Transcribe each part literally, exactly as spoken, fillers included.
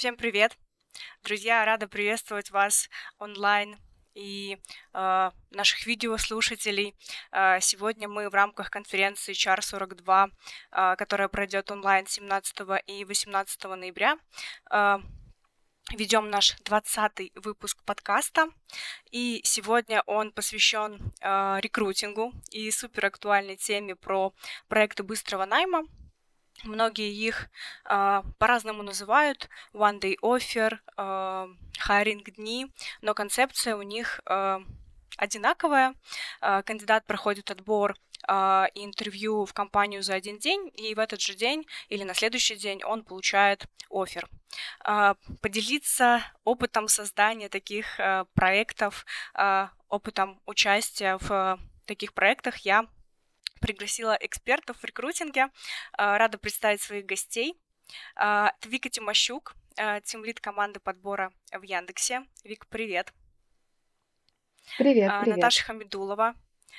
Всем привет! Друзья, рада приветствовать вас онлайн и э, наших видеослушателей. Э, сегодня мы в рамках конференции эйч ар сорок два, э, которая пройдет онлайн семнадцатого и восемнадцатого ноября, э, ведем наш двадцатый выпуск подкаста. И сегодня он посвящен э, рекрутингу и суперактуальной теме про проекты быстрого найма. Многие их э, по-разному называют: one day offer, э, hiring дни, но концепция у них э, одинаковая. Э, кандидат проходит отбор э, и интервью в компанию за один день, и в этот же день или на следующий день он получает оффер. Э, поделиться опытом создания таких э, проектов, э, опытом участия в э, таких проектах я пригласила экспертов в рекрутинге. Рада представить своих гостей. Это Вика Тимощук, тимлид команды подбора в Яндексе. Вик, привет. Привет, привет. Наташа Хамидулова.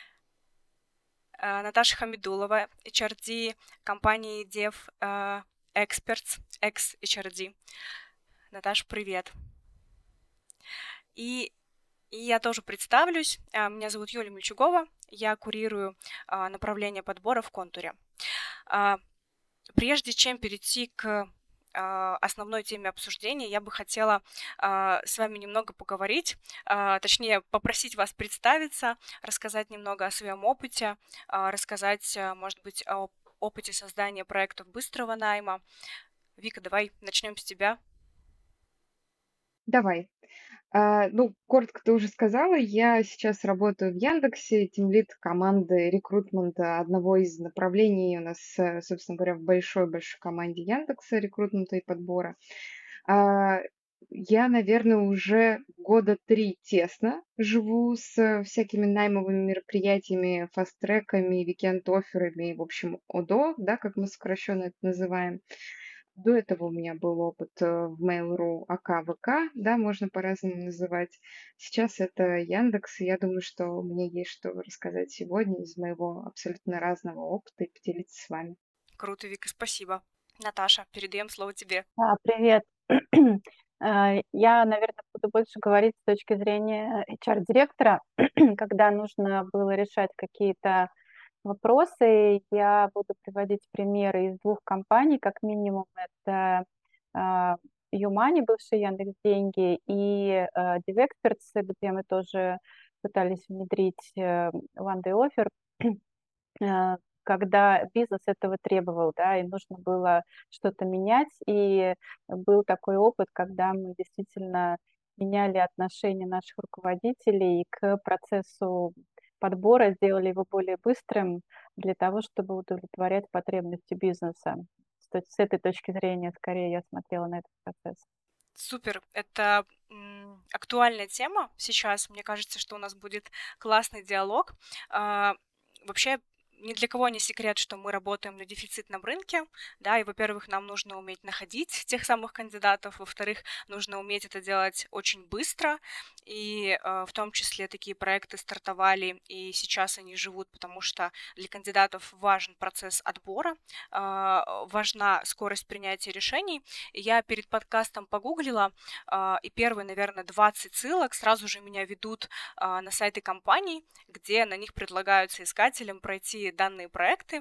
Наташа Хамидулова, эйч ар ди компании Dev Experts, экс-эйч ар ди. Наташа, привет. И И я тоже представлюсь. Меня зовут Юлия Мельчугова. Я курирую направление подбора в Контуре. Прежде чем перейти к основной теме обсуждения, я бы хотела с вами немного поговорить, точнее, попросить вас представиться, рассказать немного о своем опыте, рассказать, может быть, о опыте создания проектов быстрого найма. Вика, давай начнем с тебя. Давай. А, ну, коротко ты уже сказала, я сейчас работаю в Яндексе, тимлид команды рекрутмента одного из направлений у нас, э, собственно говоря, в большой-большой команде Яндекса рекрутмента и подбора. А, я, наверное, уже года три тесно живу с всякими наймовыми мероприятиями, фаст-треками, викенд-офферами, в общем, ОДО, да, как мы сокращенно это называем. До этого у меня был опыт э, в Mail.ru эй ка вэ ка, да, можно по-разному называть. Сейчас это Яндекс, и я думаю, что мне есть что рассказать сегодня из моего абсолютно разного опыта и поделиться с вами. Круто, Вика, спасибо. Наташа, передаем слово тебе. Да, привет. Э, Я, наверное, буду больше говорить с точки зрения эйч ар-директора, когда нужно было решать какие-то вопросы. Я буду приводить примеры из двух компаний, как минимум. Это а, Юмани, бывший Яндекс Деньги, и э, DevExperts, где мы тоже пытались внедрить э, One Day Offer. Э, когда бизнес этого требовал, да, и нужно было что-то менять. И был такой опыт, когда мы действительно меняли отношение наших руководителей к процессу подбора, сделали его более быстрым для того, чтобы удовлетворять потребности бизнеса. То есть с этой точки зрения, скорее, я смотрела на этот процесс. Супер, это м, актуальная тема сейчас. Мне кажется, что у нас будет классный диалог. А, вообще, ни для кого не секрет, что мы работаем на дефицитном рынке, да, и, во-первых, нам нужно уметь находить тех самых кандидатов, во-вторых, нужно уметь это делать очень быстро, и э, в том числе такие проекты стартовали, и сейчас они живут, потому что для кандидатов важен процесс отбора, э, важна скорость принятия решений. И я перед подкастом погуглила, э, и первые, наверное, двадцать ссылок сразу же меня ведут э, на сайты компаний, где на них предлагаются искателям пройти данные проекты,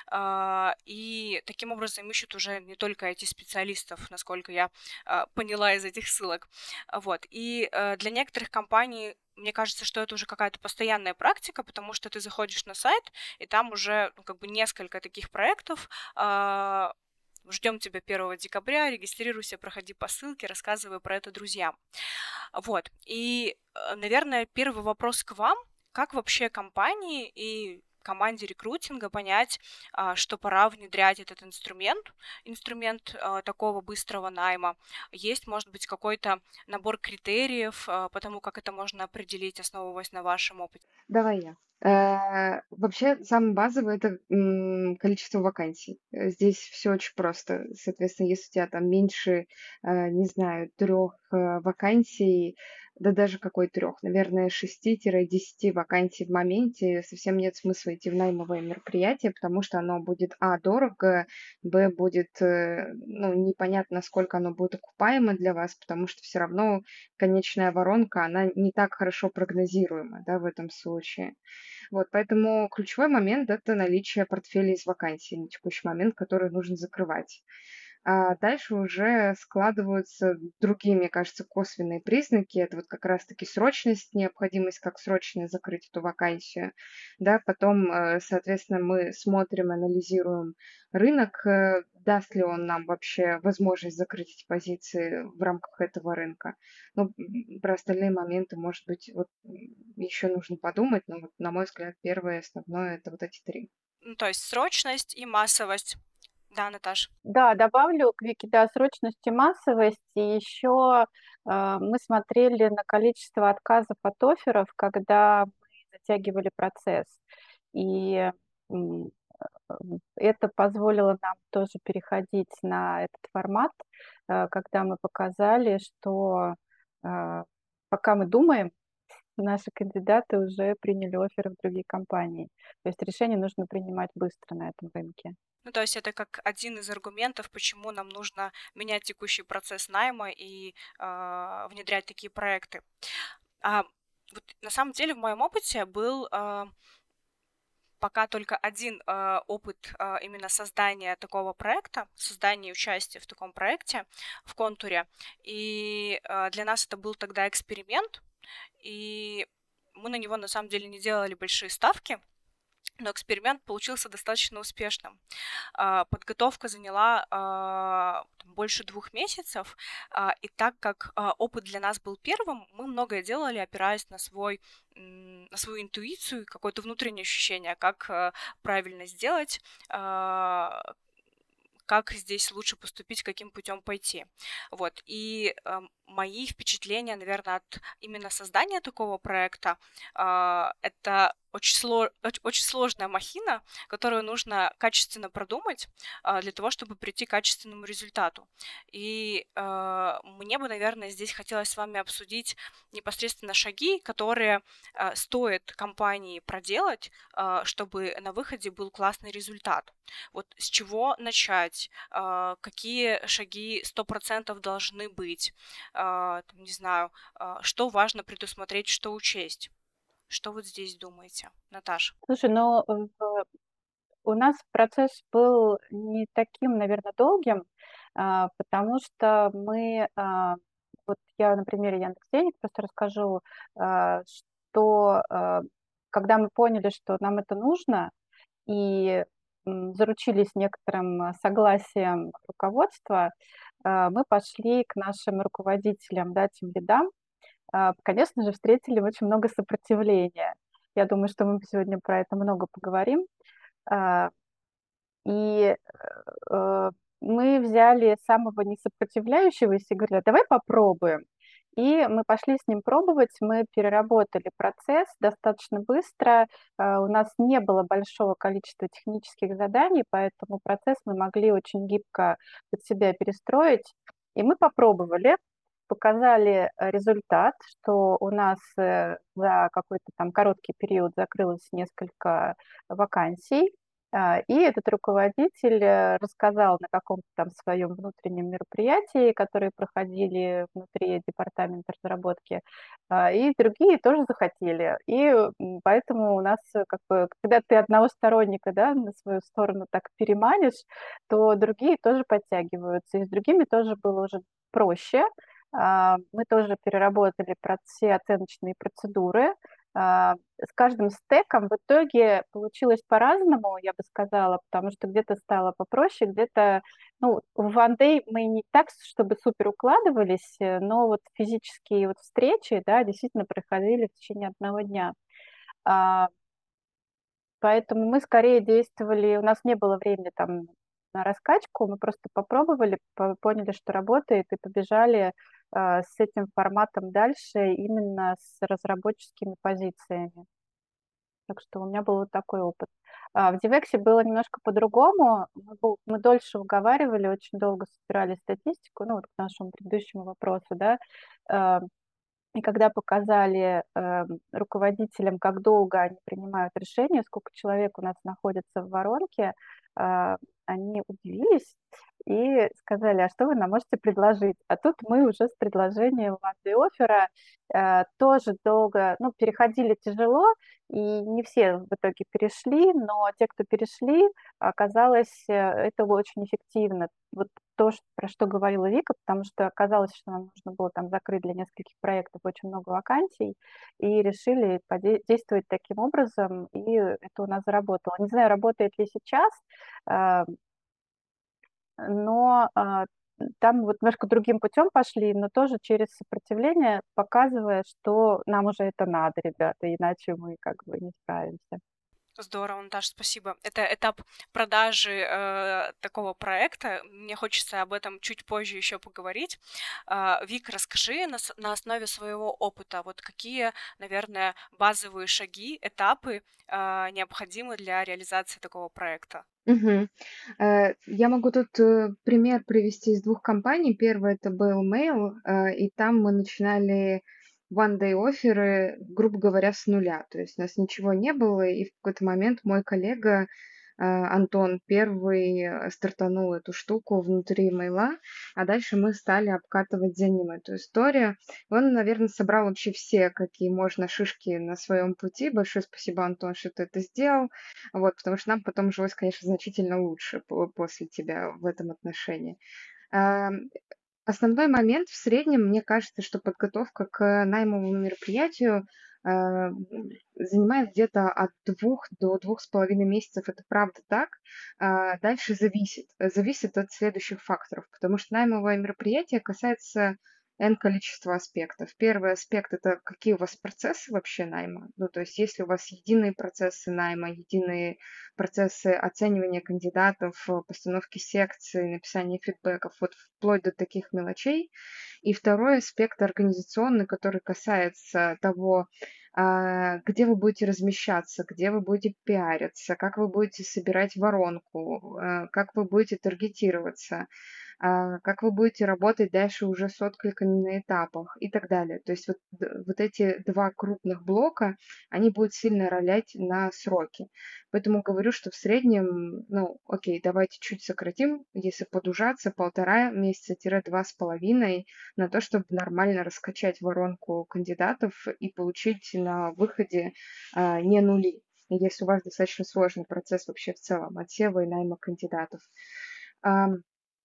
и таким образом ищут уже не только ай ти-специалистов, насколько я поняла из этих ссылок. Вот. И для некоторых компаний мне кажется, что это уже какая-то постоянная практика, потому что ты заходишь на сайт, и там уже ну, как бы несколько таких проектов. Ждем тебя первого декабря, регистрируйся, проходи по ссылке, рассказывай про это друзьям. Вот. И, наверное, первый вопрос к вам. Как вообще компании и команде рекрутинга понять, что пора внедрять этот инструмент, инструмент такого быстрого найма? Есть, может быть, какой-то набор критериев по тому, как это можно определить, основываясь на вашем опыте? Давай я. Э, вообще, самое базовое- это, м, количество вакансий. Э, здесь все очень просто. Соответственно, если у тебя там меньше, э, не знаю, трех э, вакансий, да даже какой трех, наверное, шести-десяти вакансий в моменте, совсем нет смысла идти в наймовое мероприятие, потому что оно будет, а, дорого, б, будет, э, ну, непонятно, насколько оно будет окупаемо для вас, потому что все равно конечная воронка, она не так хорошо прогнозируема, да, в этом случае. Вот, поэтому ключевой момент- это наличие портфеля из вакансий на текущий момент, который нужно закрывать. А дальше уже складываются другие, мне кажется, косвенные признаки. Это вот как раз-таки срочность, необходимость как срочно закрыть эту вакансию. Да, потом, э, соответственно, мы смотрим, анализируем рынок, э, даст ли он нам вообще возможность закрыть эти позиции в рамках этого рынка. Ну, м, про остальные моменты, может быть, вот еще нужно подумать, но вот, на мой взгляд, первое основное- это вот эти три. Ну, то есть срочность и массовость. Да, Наташ? Да, добавлю к Вике, да, срочность и массовость. И еще, э, мы смотрели на количество отказов от офферов, когда мы затягивали процесс. И, м, э, это позволило нам тоже переходить на этот формат, э, когда мы показали, что, э, пока мы думаем, наши кандидаты уже приняли офферы в другие компании. То есть решение нужно принимать быстро на этом рынке. Ну, то есть это как один из аргументов, почему нам нужно менять текущий процесс найма и а, внедрять такие проекты. А, вот на самом деле в моем опыте был а, пока только один а, опыт а, именно создания такого проекта, создания и участия в таком проекте в контуре. И а, для нас это был тогда эксперимент, и мы на него на самом деле не делали большие ставки, но эксперимент получился достаточно успешным. А, подготовка заняла а, там больше двух месяцев, а, и так как а, опыт для нас был первым, мы многое делали, опираясь на свой м, на свою интуицию, и какое-то внутреннее ощущение, как а, правильно сделать, а, как здесь лучше поступить, каким путем пойти. Вот. И э, мои впечатления, наверное, от именно создания такого проекта, а, это очень, сло- оч- очень сложная махина, которую нужно качественно продумать а, для того, чтобы прийти к качественному результату. И э, мне бы, наверное, здесь хотелось с вами обсудить непосредственно шаги, которые э, стоит компании проделать, а, чтобы на выходе был классный результат. Вот с чего начать? А, какие шаги сто процентов должны быть? А, там, не знаю, а, что важно предусмотреть, что учесть? Что вот здесь думаете, Наташа? Слушай, ну, э, в у нас процесс был не таким, наверное, долгим, а, потому что мы, а, вот я на примере "Яндекс.Денег" просто расскажу, а, что, а, когда мы поняли, что нам это нужно, и, м, заручились некоторым, а, согласием руководства, а, мы пошли к нашим руководителям, да, тимлидам. А, конечно же, встретили очень много сопротивления. Я думаю, что мы сегодня про это много поговорим. А, и, э, мы взяли самого несопротивляющегося и говорили: "А давай попробуем". И мы пошли с ним пробовать. Мы переработали процесс достаточно быстро. А, у нас не было большого количества технических заданий, поэтому процесс мы могли очень гибко под себя перестроить. И мы попробовали, показали, э, результат, что у нас, э, за какой-то там короткий период закрылось несколько вакансий. А, и этот руководитель, э, рассказал на каком-то там своем внутреннем мероприятии, которые проходили внутри департамента разработки, а, и другие тоже захотели. И, м, поэтому у нас, э, как бы, когда ты одного сторонника, да, на свою сторону так переманишь, то другие тоже подтягиваются. И с другими тоже было уже проще. А, мы тоже переработали про все оценочные процедуры. А, с каждым стеком в итоге получилось по-разному, я бы сказала, потому что где-то стало попроще, где-то, ну, в One Day мы не так, чтобы супер укладывались, э, но вот физические вот встречи, да, действительно проходили в течение одного дня. А, Поэтому мы скорее действовали, у нас не было времени там на раскачку, мы просто попробовали, по поняли, что работает, и побежали, а, с этим форматом дальше именно с разработческими позициями. Так что у меня был вот такой опыт. А в Дивексе было немножко по-другому. Мы, бу- мы дольше уговаривали, очень долго собирали статистику, ну вот к нашему предыдущему вопросу, да. Э, И когда показали эм, руководителям, как долго они принимают решения, сколько человек у нас находится в воронке, а, они удивились и сказали: а что вы нам можете предложить? А тут мы уже с предложением one оффера э, тоже долго, ну, переходили тяжело, и не все в итоге перешли, но те, кто перешли, оказалось, э, это очень эффективно. Вот то, ш- про что говорила Вика, потому что оказалось, что нам нужно было там закрыть для нескольких проектов очень много вакансий, и решили поде- действовать таким образом, и это у нас заработало. Не знаю, работает ли сейчас, а, но а, там вот немножко другим путем пошли, но тоже через сопротивление, показывая, что нам уже это надо, ребята, иначе мы как бы не справимся. Здорово, Наташа, спасибо. Это этап продажи э, такого проекта. Мне хочется об этом чуть позже еще поговорить. А, Вик, расскажи на, с- на основе своего опыта, вот какие, наверное, базовые шаги, этапы а, необходимы для реализации такого проекта. Мгм. Э, я могу тут, э, пример привести из двух компаний. Первый это был Mail, э, и там мы начинали one day офферы, грубо говоря, с нуля. То есть у нас ничего не было, и в какой-то момент мой коллега, э, Антон, первый, э, стартанул эту штуку внутри Мейла, а дальше мы стали обкатывать за ним эту историю. Он, наверное, собрал вообще все, какие можно шишки на своем пути. Большое спасибо, Антон, что ты это сделал. Вот, потому что нам потом жилось, конечно, значительно лучше по после тебя в этом отношении. Ам, Основной момент в среднем, мне кажется, что подготовка к наймовому мероприятию, а, м, занимает где-то от двух до двух с половиной месяцев. Это правда так. А, дальше зависит. Э, зависит от следующих факторов, потому что наймовое мероприятие касается N количества аспектов. Первый аспект — это какие у вас процессы вообще найма. Ну, то есть если у вас единые процессы найма, единые процессы оценивания кандидатов, э, постановки секций, написания фидбэков, вот вплоть до таких мелочей. И второй аспект организационный, который касается того, а, где вы будете размещаться, где вы будете пиариться, как вы будете собирать воронку, э, как вы будете таргетироваться, а, как вы будете работать дальше уже с откликами на этапах и так далее. То есть вот, д- вот эти два крупных блока, они будут сильно ролять на сроки. Поэтому говорю, что в среднем, ну, окей, давайте чуть сократим, если подужаться, полтора месяца-два с половиной на то, чтобы нормально раскачать воронку кандидатов и получить на выходе а, не нули, если у вас достаточно сложный процесс вообще в целом отсева и найма кандидатов. Ам,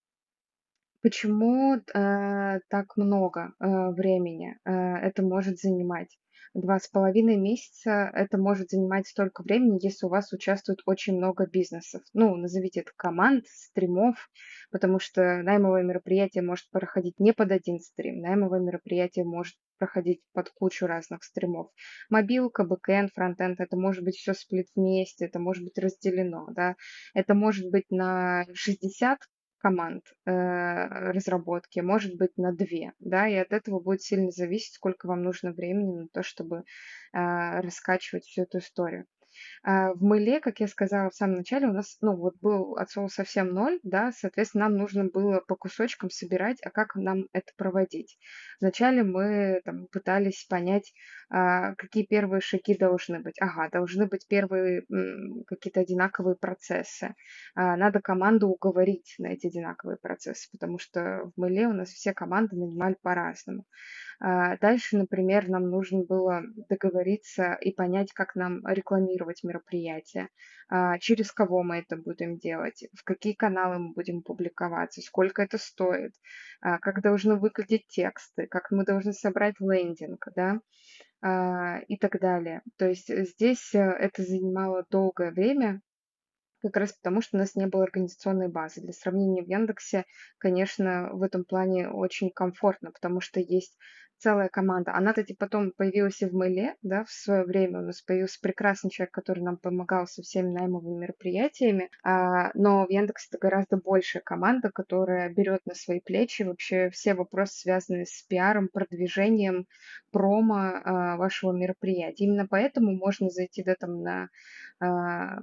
Почему, э, так много, э, времени, э, это может занимать? Два с половиной месяца — это может занимать столько времени, если у вас участвует очень много бизнесов. Ну, назовите это команд, стримов, потому что наймовое мероприятие может проходить не под один стрим, наймовое мероприятие может проходить под кучу разных стримов. Мобилка, бэкэнд, фронтенд — это может быть все сплит вместе, это может быть разделено, да. Это может быть на шестьдесят команд, э, разработки, может быть, на две, да, и от этого будет сильно зависеть, сколько вам нужно времени на то, чтобы, а, раскачивать всю эту историю. А, в мыле, как я сказала в самом начале, у нас, ну, вот был от слова совсем ноль, да, соответственно, нам нужно было по кусочкам собирать, а как нам это проводить. Вначале мы там пытались понять, а, какие первые шаги должны быть. Ага, должны быть первые м, какие-то одинаковые процессы. А, надо команду уговорить на эти одинаковые процессы, потому что в мыле у нас все команды нанимали по-разному. А, Дальше, например, нам нужно было договориться и понять, как нам рекламировать мероприятие, а, через кого мы это будем делать, в какие каналы мы будем публиковаться, сколько это стоит, а, как должны выглядеть тексты, как мы должны собрать лендинг, да, а, и так далее. То есть э, здесь э, это занимало долгое время, как раз потому, что у нас не было организационной базы. Для сравнения, в "Яндексе", конечно, в этом плане очень комфортно, потому что есть целая команда. Она, кстати, потом появилась и в "Мейле", да, в свое время. У нас появился прекрасный человек, который нам помогал со всеми наймовыми мероприятиями. А, но в "Яндексе" это гораздо большая команда, которая берет на свои плечи вообще все вопросы, связанные с пиаром, продвижением, промо, а, вашего мероприятия. Именно поэтому можно зайти, да, там на, а,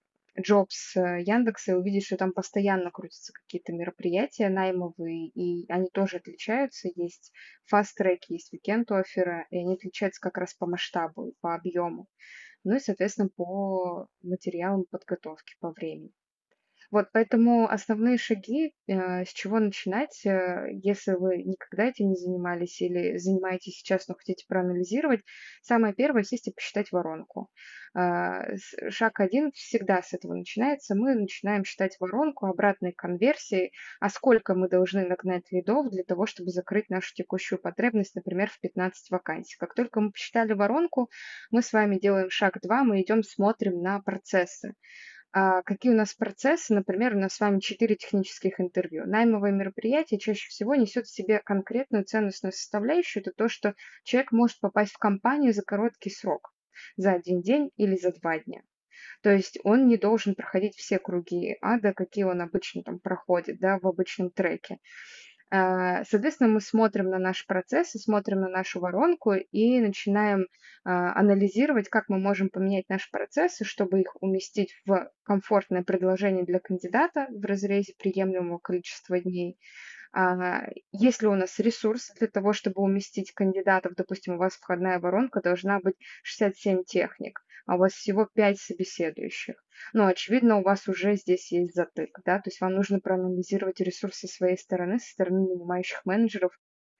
Jobs э, Яндекса и увидеть, что там постоянно крутятся какие-то мероприятия наймовые, и они тоже отличаются. Есть фаст-треки, есть weekend-офферы, и они отличаются как раз по масштабу и по объему. Ну и, соответственно, по материалам подготовки, по времени. Вот, поэтому основные шаги, э, с чего начинать, э, если вы никогда этим не занимались или занимаетесь сейчас, но хотите проанализировать. Самое первое — сесть и посчитать воронку. А, с Шаг один всегда с этого начинается. Мы начинаем считать воронку обратной конверсии, а сколько мы должны нагнать лидов для того, чтобы закрыть нашу текущую потребность, например, в пятнадцать вакансий. Как только мы посчитали воронку, мы с вами делаем шаг два, мы идем, смотрим на процессы. А, какие у нас процессы? Например, у нас с вами четыре технических интервью. Наймовое мероприятие чаще всего несет в себе конкретную ценностную составляющую. Это то, что человек может попасть в компанию за короткий срок, за один день или за два дня. То есть он не должен проходить все круги ада, какие он обычно там проходит, да, в обычном треке. А, Соответственно, мы смотрим на наш процесс и смотрим на нашу воронку и начинаем а, анализировать, как мы можем поменять наши процессы, чтобы их уместить в комфортное предложение для кандидата в разрезе приемлемого количества дней. А, Есть ли у нас ресурс для того, чтобы уместить кандидатов? Допустим, у вас входная воронка должна быть шестьдесят семь техник, а у вас всего пять собеседующих. Ну, очевидно, у вас уже здесь есть затык, да, то есть вам нужно проанализировать ресурсы со своей стороны, со стороны нанимающих менеджеров,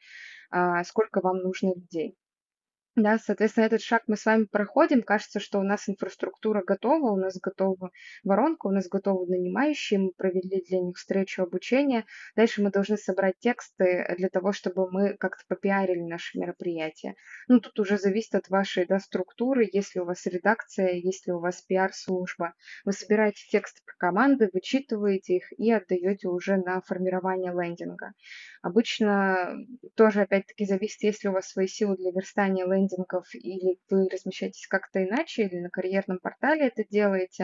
а, сколько вам нужно людей. Да, соответственно, этот шаг мы с вами проходим. Кажется, что у нас инфраструктура готова, у нас готова воронка, у нас готовы нанимающие, мы провели для них встречу обучения. Дальше мы должны собрать тексты для того, чтобы мы как-то попиарили наше мероприятие. Ну, тут уже зависит от вашей, да, структуры, есть ли у вас редакция, есть ли у вас пиар-служба. Вы собираете тексты про команды, вычитываете их и отдаете уже на формирование лендинга. Обычно тоже, опять-таки, зависит, есть ли у вас свои силы для верстания лендингов, или вы размещаетесь как-то иначе, или на карьерном портале это делаете.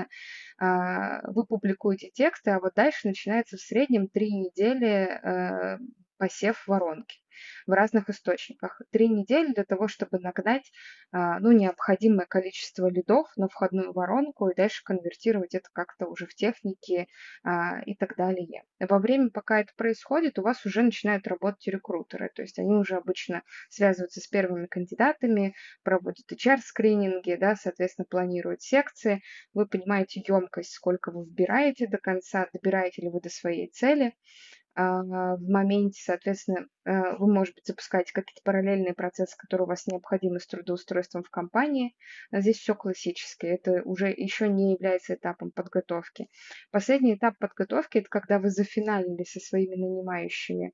А, Вы публикуете тексты, а вот дальше начинается в среднем три недели э, посев воронки в разных источниках. Три недели для того, чтобы нагнать а, ну, необходимое количество лидов на входную воронку и дальше конвертировать это как-то уже в техники а, и так далее. Во время, пока это происходит, у вас уже начинают работать рекрутеры, то есть они уже обычно связываются с первыми кандидатами, проводят эйч ар-скрининги, да, соответственно, планируют секции. Вы понимаете емкость, сколько вы вбираете до конца, добираете ли вы до своей цели. А, в моменте, соответственно, э, вы, может быть, запускаете какие-то параллельные процессы, которые у вас необходимы с трудоустройством в компании. А здесь все классически. Это уже еще не является этапом подготовки. Последний этап подготовки — это когда вы зафиналили со своими нанимающими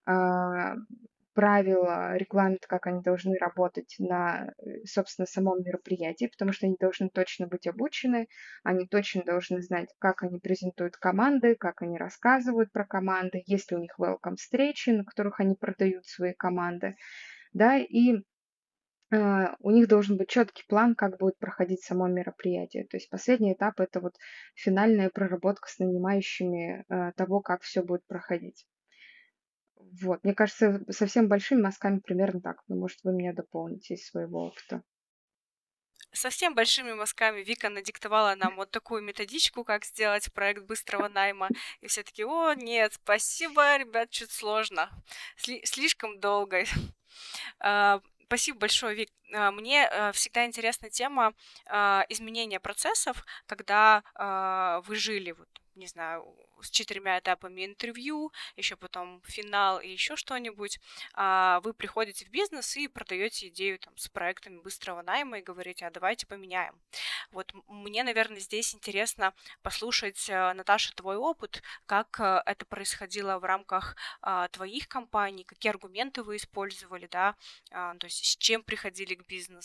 а, правила, регламент, как они должны работать на, э, собственно, самом мероприятии, потому что они должны точно быть обучены, они точно должны знать, как они презентуют команды, как они рассказывают про команды, есть ли у них welcome встречи, на которых они продают свои команды, да, и э, у них должен быть четкий план, как будет проходить само мероприятие. То есть последний этап — это вот финальная проработка с нанимающими э, того, как все будет проходить. Вот, мне кажется, совсем большими мазками примерно так. Но, может, вы меня дополните из своего опыта. Совсем большими мазками Вика надиктовала нам вот такую методичку, как сделать проект быстрого найма. И все таки: о, нет, спасибо, ребят, чуть сложно, сли- слишком долго. А, Спасибо большое, Вик. А, Мне а, всегда интересна тема а, изменения процессов, когда а, вы жили, вот, не знаю, с четырьмя этапами интервью, еще потом финал и еще что-нибудь. А, Вы приходите в бизнес и продаете идею там, с проектами быстрого найма и говорите: а давайте поменяем. Вот м- мне, наверное, здесь интересно послушать, а, Наташа, твой опыт, как а, это происходило в рамках а, твоих компаний, какие аргументы вы использовали, да, а, то есть с чем приходили к бизнесу?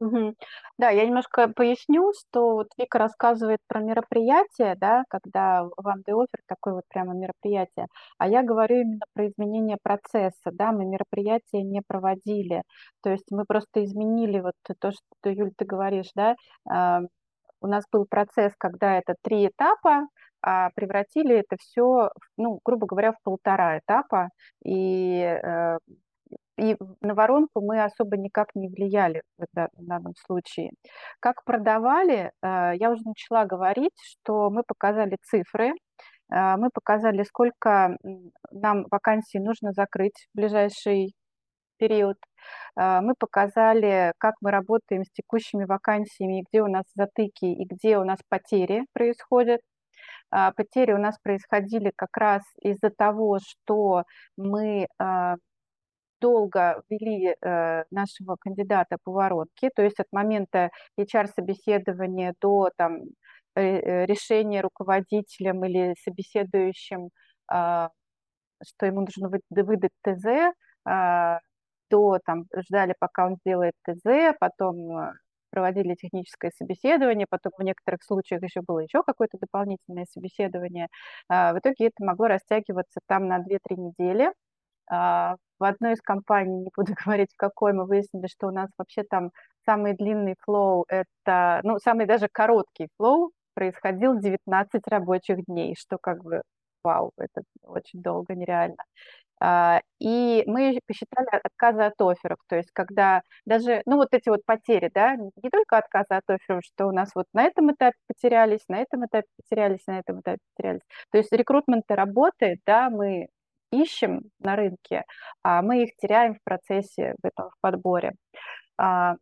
Мгм. Да, я немножко поясню, что вот Вика рассказывает про мероприятие, да, когда One Day Offer, такое вот прямо мероприятие, а я говорю именно про изменение процесса, да, мы мероприятие не проводили, то есть мы просто изменили вот то, что, Юль, ты говоришь, да, а, у нас был процесс, когда это три этапа, а превратили это все, ну, грубо говоря, в полтора этапа, и э, и на воронку мы особо никак не влияли в да в данном случае. Как продавали, э, я уже начала говорить, что мы показали цифры, э, мы показали, сколько, м, нам вакансий нужно закрыть в ближайший период. Э, мы показали, как мы работаем с текущими вакансиями, и где у нас затыки, и где у нас потери происходят. А, потери у нас происходили как раз из-за того, что мы, а долго вели, э, нашего кандидата по воронке, то есть от момента H R-собеседования до там, э, э, решения руководителем или собеседующим, а, что ему нужно вы выдать Т З, а, до там ждали, пока он сделает Т З, потом, э, проводили техническое собеседование, потом в некоторых случаях еще было еще какое-то дополнительное собеседование. А, в итоге это могло растягиваться там на две-три недели. А, в одной из компаний, не буду говорить в какой, мы выяснили, что у нас вообще там самый длинный флоу — это, ну, самый даже короткий флоу происходил девятнадцать рабочих дней, что как бы вау, это очень долго, нереально. А, и мы посчитали отказы от офферов, то есть когда даже, ну, вот эти вот потери, да, не только отказы от офферов, что у нас вот на этом этапе потерялись, на этом этапе потерялись, на этом этапе потерялись. То есть рекрутмент работает, да, мы ищем на рынке, а мы их теряем в процессе в этом в подборе. А,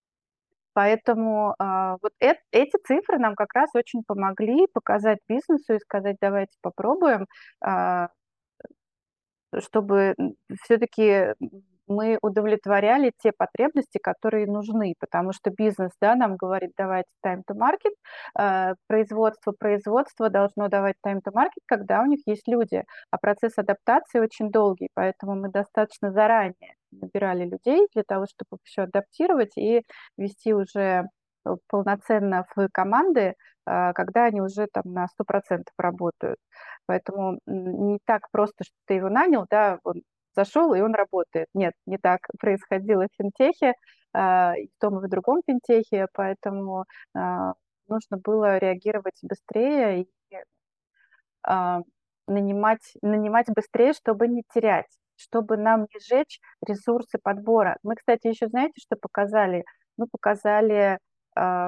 поэтому, а, вот эт эти цифры нам как раз очень помогли показать бизнесу и сказать: "Давайте попробуем". А чтобы все-таки мы удовлетворяли те потребности, которые нужны, потому что бизнес, да, нам говорит: давайте time to market, э, производство, производство должно давать time to market, когда у них есть люди, а процесс адаптации очень долгий, поэтому мы достаточно заранее набирали людей для того, чтобы все адаптировать и вести уже э, полноценно в команды, э, когда они уже там на сто процентов работают. Поэтому м, не так просто, что ты его нанял, да, он зашел и он работает. Нет, не так происходило в финтехе, а, и в том и в другом финтехе, поэтому а, нужно было реагировать быстрее и а, нанимать, нанимать быстрее, чтобы не терять, чтобы нам не сжечь ресурсы подбора. Мы, кстати, еще знаете, что показали? Мы показали а,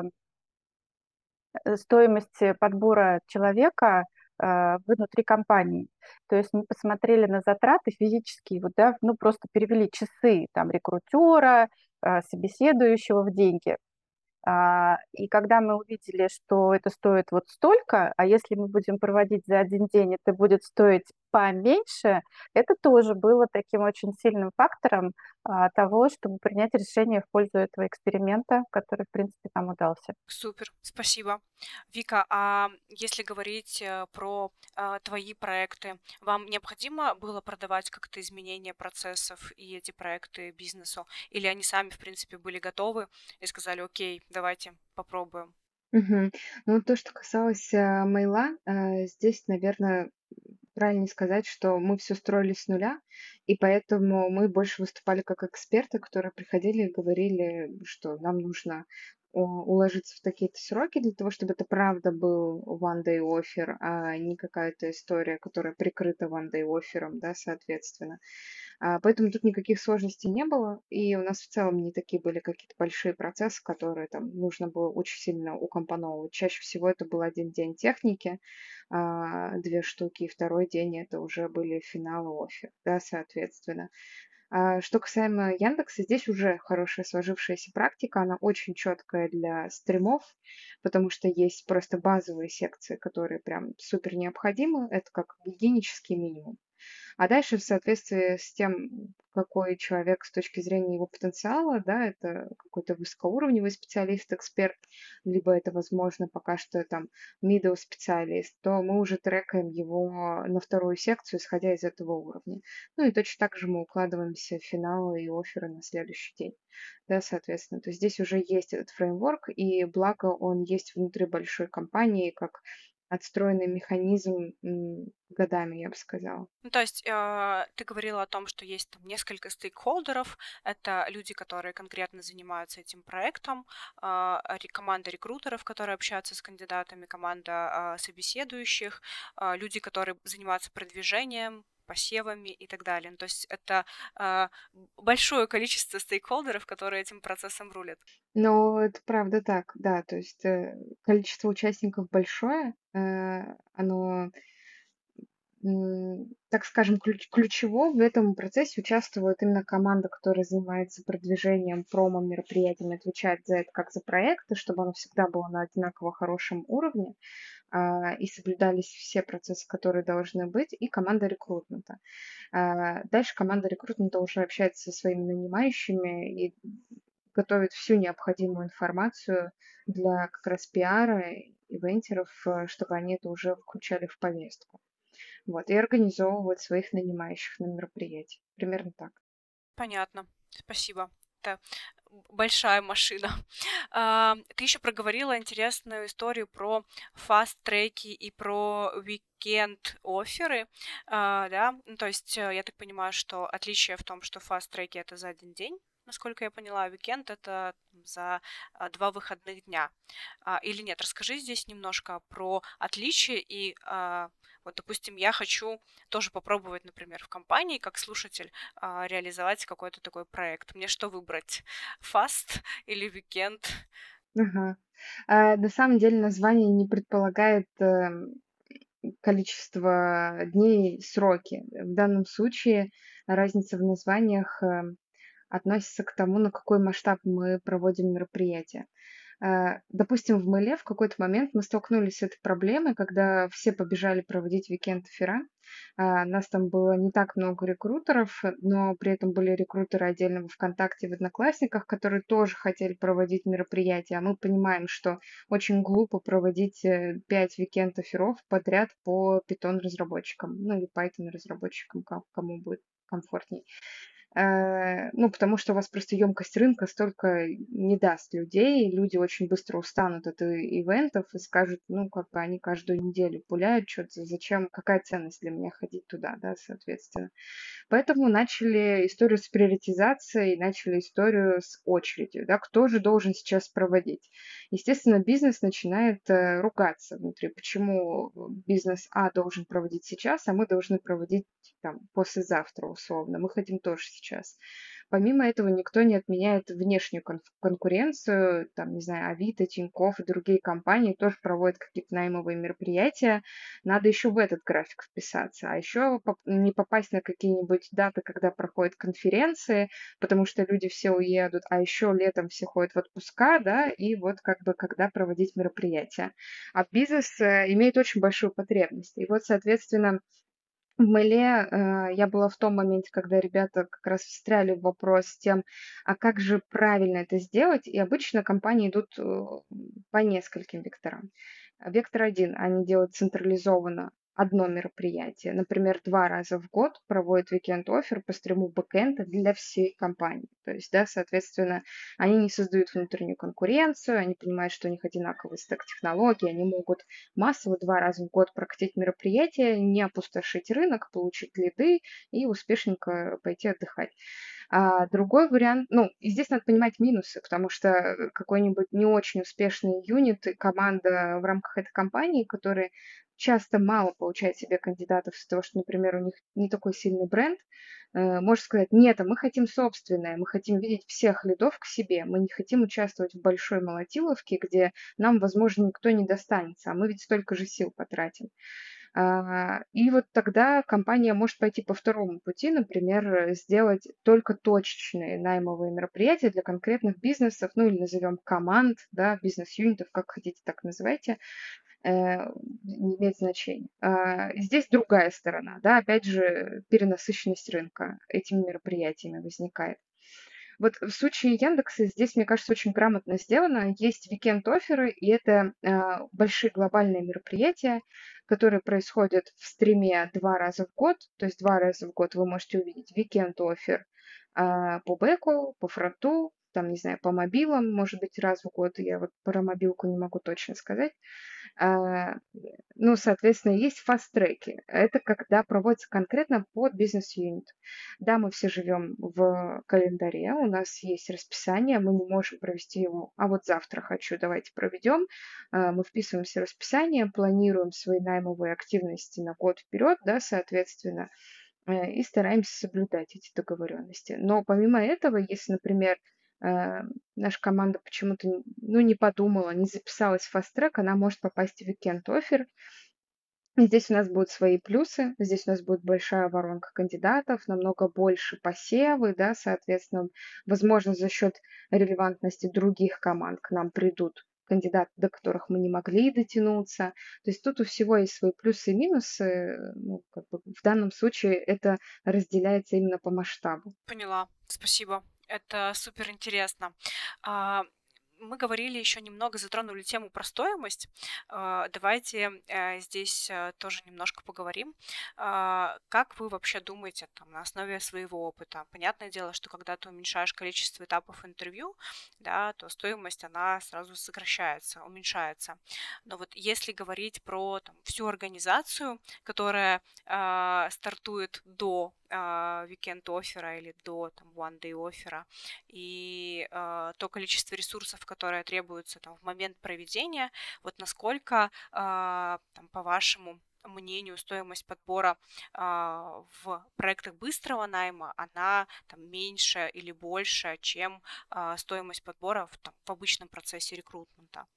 э, стоимость э, подбора человека, а, внутри компании. То есть мы посмотрели на затраты физические, вот, да, ну, просто перевели часы там рекрутера, а, собеседующего в деньги. А, и когда мы увидели, что это стоит вот столько, а если мы будем проводить за один день, это будет стоить поменьше, это тоже было таким очень сильным фактором, а, того, чтобы принять решение в пользу этого эксперимента, который, в принципе, нам удался. Супер, спасибо. Вика, а если говорить э, про а, твои проекты, вам необходимо было продавать как-то изменения процессов и эти проекты бизнесу? Или они сами, в принципе, были готовы и сказали: окей, давайте попробуем? Мгм. Ну, то, что касалось, а, мейла, а, здесь, наверное, правильнее сказать, что мы все строили с нуля, и поэтому мы больше выступали как эксперты, которые приходили и говорили, что нам нужно о уложиться в такие-то сроки для того, чтобы это правда был one day offer, а не какая-то история, которая прикрыта one day offer, да, соответственно. А, поэтому тут никаких сложностей не было, и у нас в целом не такие были какие-то большие процессы, которые там нужно было очень сильно укомпоновывать. Чаще всего это был один день техники, а, две штуки, и второй день это уже были финалы оффер, да, соответственно. А, что касаемо "Яндекса", здесь уже хорошая сложившаяся практика, она очень четкая для стримов, потому что есть просто базовые секции, которые прям супер необходимы. Это как гигиенический минимум. А дальше в соответствии с тем, какой человек с точки зрения его потенциала, да, это какой-то высокоуровневый специалист, эксперт, либо это, возможно, пока что там middle специалист, то мы уже трекаем его на вторую секцию, исходя из этого уровня. Ну и точно так же мы укладываемся в финалы и офферы на следующий день. Да, соответственно, то есть здесь уже есть этот фреймворк, и благо он есть внутри большой компании, как отстроенный механизм м, годами, я бы сказала. Ну, то есть, э, ты говорила о том, что есть там несколько стейкхолдеров. Это люди, которые конкретно занимаются этим проектом, а, ре- команда рекрутеров, которые общаются с кандидатами, команда а, собеседующих, а, люди, которые занимаются продвижением, посевами и так далее. Ну, то есть это а, большое количество стейкхолдеров, которые этим процессом рулят. Но это правда так, да, то есть э, количество участников большое, э, оно м, так скажем, ключ- ключево в этом процессе участвует именно команда, которая занимается продвижением промо мероприятиями, отвечает за это как за проекты, чтобы оно всегда было на одинаково хорошем уровне, а, и соблюдались все процессы, которые должны быть, и команда рекрутмента. А, Дальше команда рекрутмента уже общается со своими нанимающими и готовит всю необходимую информацию для как раз пиара, ивентеров, э, чтобы они это уже включали в повестку. Вот, и организовывают своих нанимающих на мероприятии. Примерно так. Понятно. Спасибо. Это большая машина. А, Ты еще проговорила интересную историю про фаст-треки и про weekend офферы, а, да? Ну, то есть э, я так понимаю, что отличие в том, что фаст-треки это за один день, насколько я поняла, а weekend это за а, два выходных дня. А, Или нет? Расскажи здесь немножко про отличие и а, вот, допустим, я хочу тоже попробовать, например, в компании, как слушатель, а, реализовать какой-то такой проект. Мне что выбрать? Фаст или Weekend? Ага. А, на самом деле название не предполагает эм, количество дней, сроки. В данном случае разница в названиях эм, относится к тому, на какой масштаб мы проводим мероприятие. Э, допустим, в Мэле в какой-то момент мы столкнулись с этой проблемой, когда все побежали проводить уикенд-оффера. А, Нас там было не так много рекрутеров, но при этом были рекрутеры отдельно в ВКонтакте, в Одноклассниках, которые тоже хотели проводить мероприятия. А мы понимаем, что очень глупо проводить э, пять уикенд-офферов подряд по Python-разработчикам, ну или Python-разработчикам, ка- кому будет комфортней. Э, ну, потому что у вас просто емкость рынка столько не даст людей. Люди очень быстро устанут от и- ивентов и скажут, ну, как бы они каждую неделю пуляют что-то, зачем, какая ценность для меня ходить туда, да, соответственно. Поэтому начали историю с приоритизацией, начали историю с очередью, да, кто же должен сейчас проводить. Естественно, бизнес начинает э, ругаться внутри, почему бизнес А должен проводить сейчас, а мы должны проводить там послезавтра условно, мы хотим тоже сейчас. Помимо этого, никто не отменяет внешнюю кон- конкуренцию, там, не знаю, Авито, Тинькофф и другие компании тоже проводят какие-то наймовые мероприятия, надо еще в этот график вписаться, а еще поп- не попасть на какие-нибудь даты, когда проходят конференции, потому что люди все уедут, а еще летом все ходят в отпуска, да, и вот как бы когда проводить мероприятия. А бизнес э, имеет очень большую потребность. И вот, соответственно, в Мэле э, я была в том моменте, когда ребята как раз встряли в вопрос с тем, а как же правильно это сделать, и обычно компании идут э, по нескольким векторам. Вектор один, они делают централизованно одно мероприятие. Например, два раза в год проводят weekend-оффер по стриму бэкэнда для всей компании. То есть, да, соответственно, они не создают внутреннюю конкуренцию, они понимают, что у них одинаковый стек технологий, они могут массово два раза в год прокатить мероприятие, не опустошить рынок, получить лиды и успешненько пойти отдыхать. А другой вариант, ну, и здесь надо понимать минусы, потому что э, какой-нибудь не очень успешный юнит и команда в рамках этой компании, которые часто мало получает себе кандидатов из-за того, что, например, у них не такой сильный бренд, э, может сказать, нет, а мы хотим собственное, мы хотим видеть всех лидов к себе, мы не хотим участвовать в большой молотиловке, где нам, возможно, никто не достанется, а мы ведь столько же сил потратим. А, И вот тогда компания может пойти по второму пути, например, э, сделать только точечные наймовые мероприятия для конкретных бизнесов, ну или назовем команд, да, бизнес-юнитов, как хотите, так называйте, э, не имеет значения. А, здесь другая сторона, да, опять же, перенасыщенность рынка этими мероприятиями возникает. Вот в случае Яндекса здесь, мне кажется, очень грамотно сделано. Есть weekend-офферы, и это а, большие глобальные мероприятия, которые происходят в стриме два раза в год. То есть два раза в год вы можете увидеть weekend-оффер а, по бэку, по фронту, там, не знаю, по мобилам, может быть, раз в год. Я вот про мобилку не могу точно сказать. А, ну, соответственно, есть фаст-треки. Это когда проводится конкретно под бизнес-юнит. Да, мы все живем в календаре, у нас есть расписание, мы не можем провести его, а вот завтра хочу, давайте проведем. А, Мы вписываемся в расписание, планируем свои наймовые активности на год вперед, да, соответственно, э, и стараемся соблюдать эти договоренности. Но помимо этого, если, например, э, наша команда почему-то н- ну, не подумала, не записалась в фаст-трек, она может попасть в weekend-оффер. И здесь у нас будут свои плюсы, здесь у нас будет большая воронка кандидатов, намного больше посевы, да, соответственно, возможно, за счет релевантности других команд к нам придут кандидаты, до которых мы не могли дотянуться. То есть тут у всего есть свои плюсы и минусы. Ну, как бы в данном случае это разделяется именно по масштабу. Поняла. Спасибо. Это супер интересно. А, мы говорили еще немного, затронули тему про стоимость. А, давайте э, здесь э, тоже немножко поговорим. А, как вы вообще думаете там, на основе своего опыта? Понятное дело, что когда ты уменьшаешь количество этапов интервью, да, то стоимость, она сразу сокращается, уменьшается. Но вот если говорить про там, всю организацию, которая а, стартует до а, weekend-оффера или до там, one-day-оффера, и а, то количество ресурсов, которое требуется там, в момент проведения, вот насколько, а, там, по вашему мнению, стоимость подбора а, в проектах быстрого найма, она там, меньше или больше, чем а, стоимость подбора в, там, в обычном процессе рекрутмента.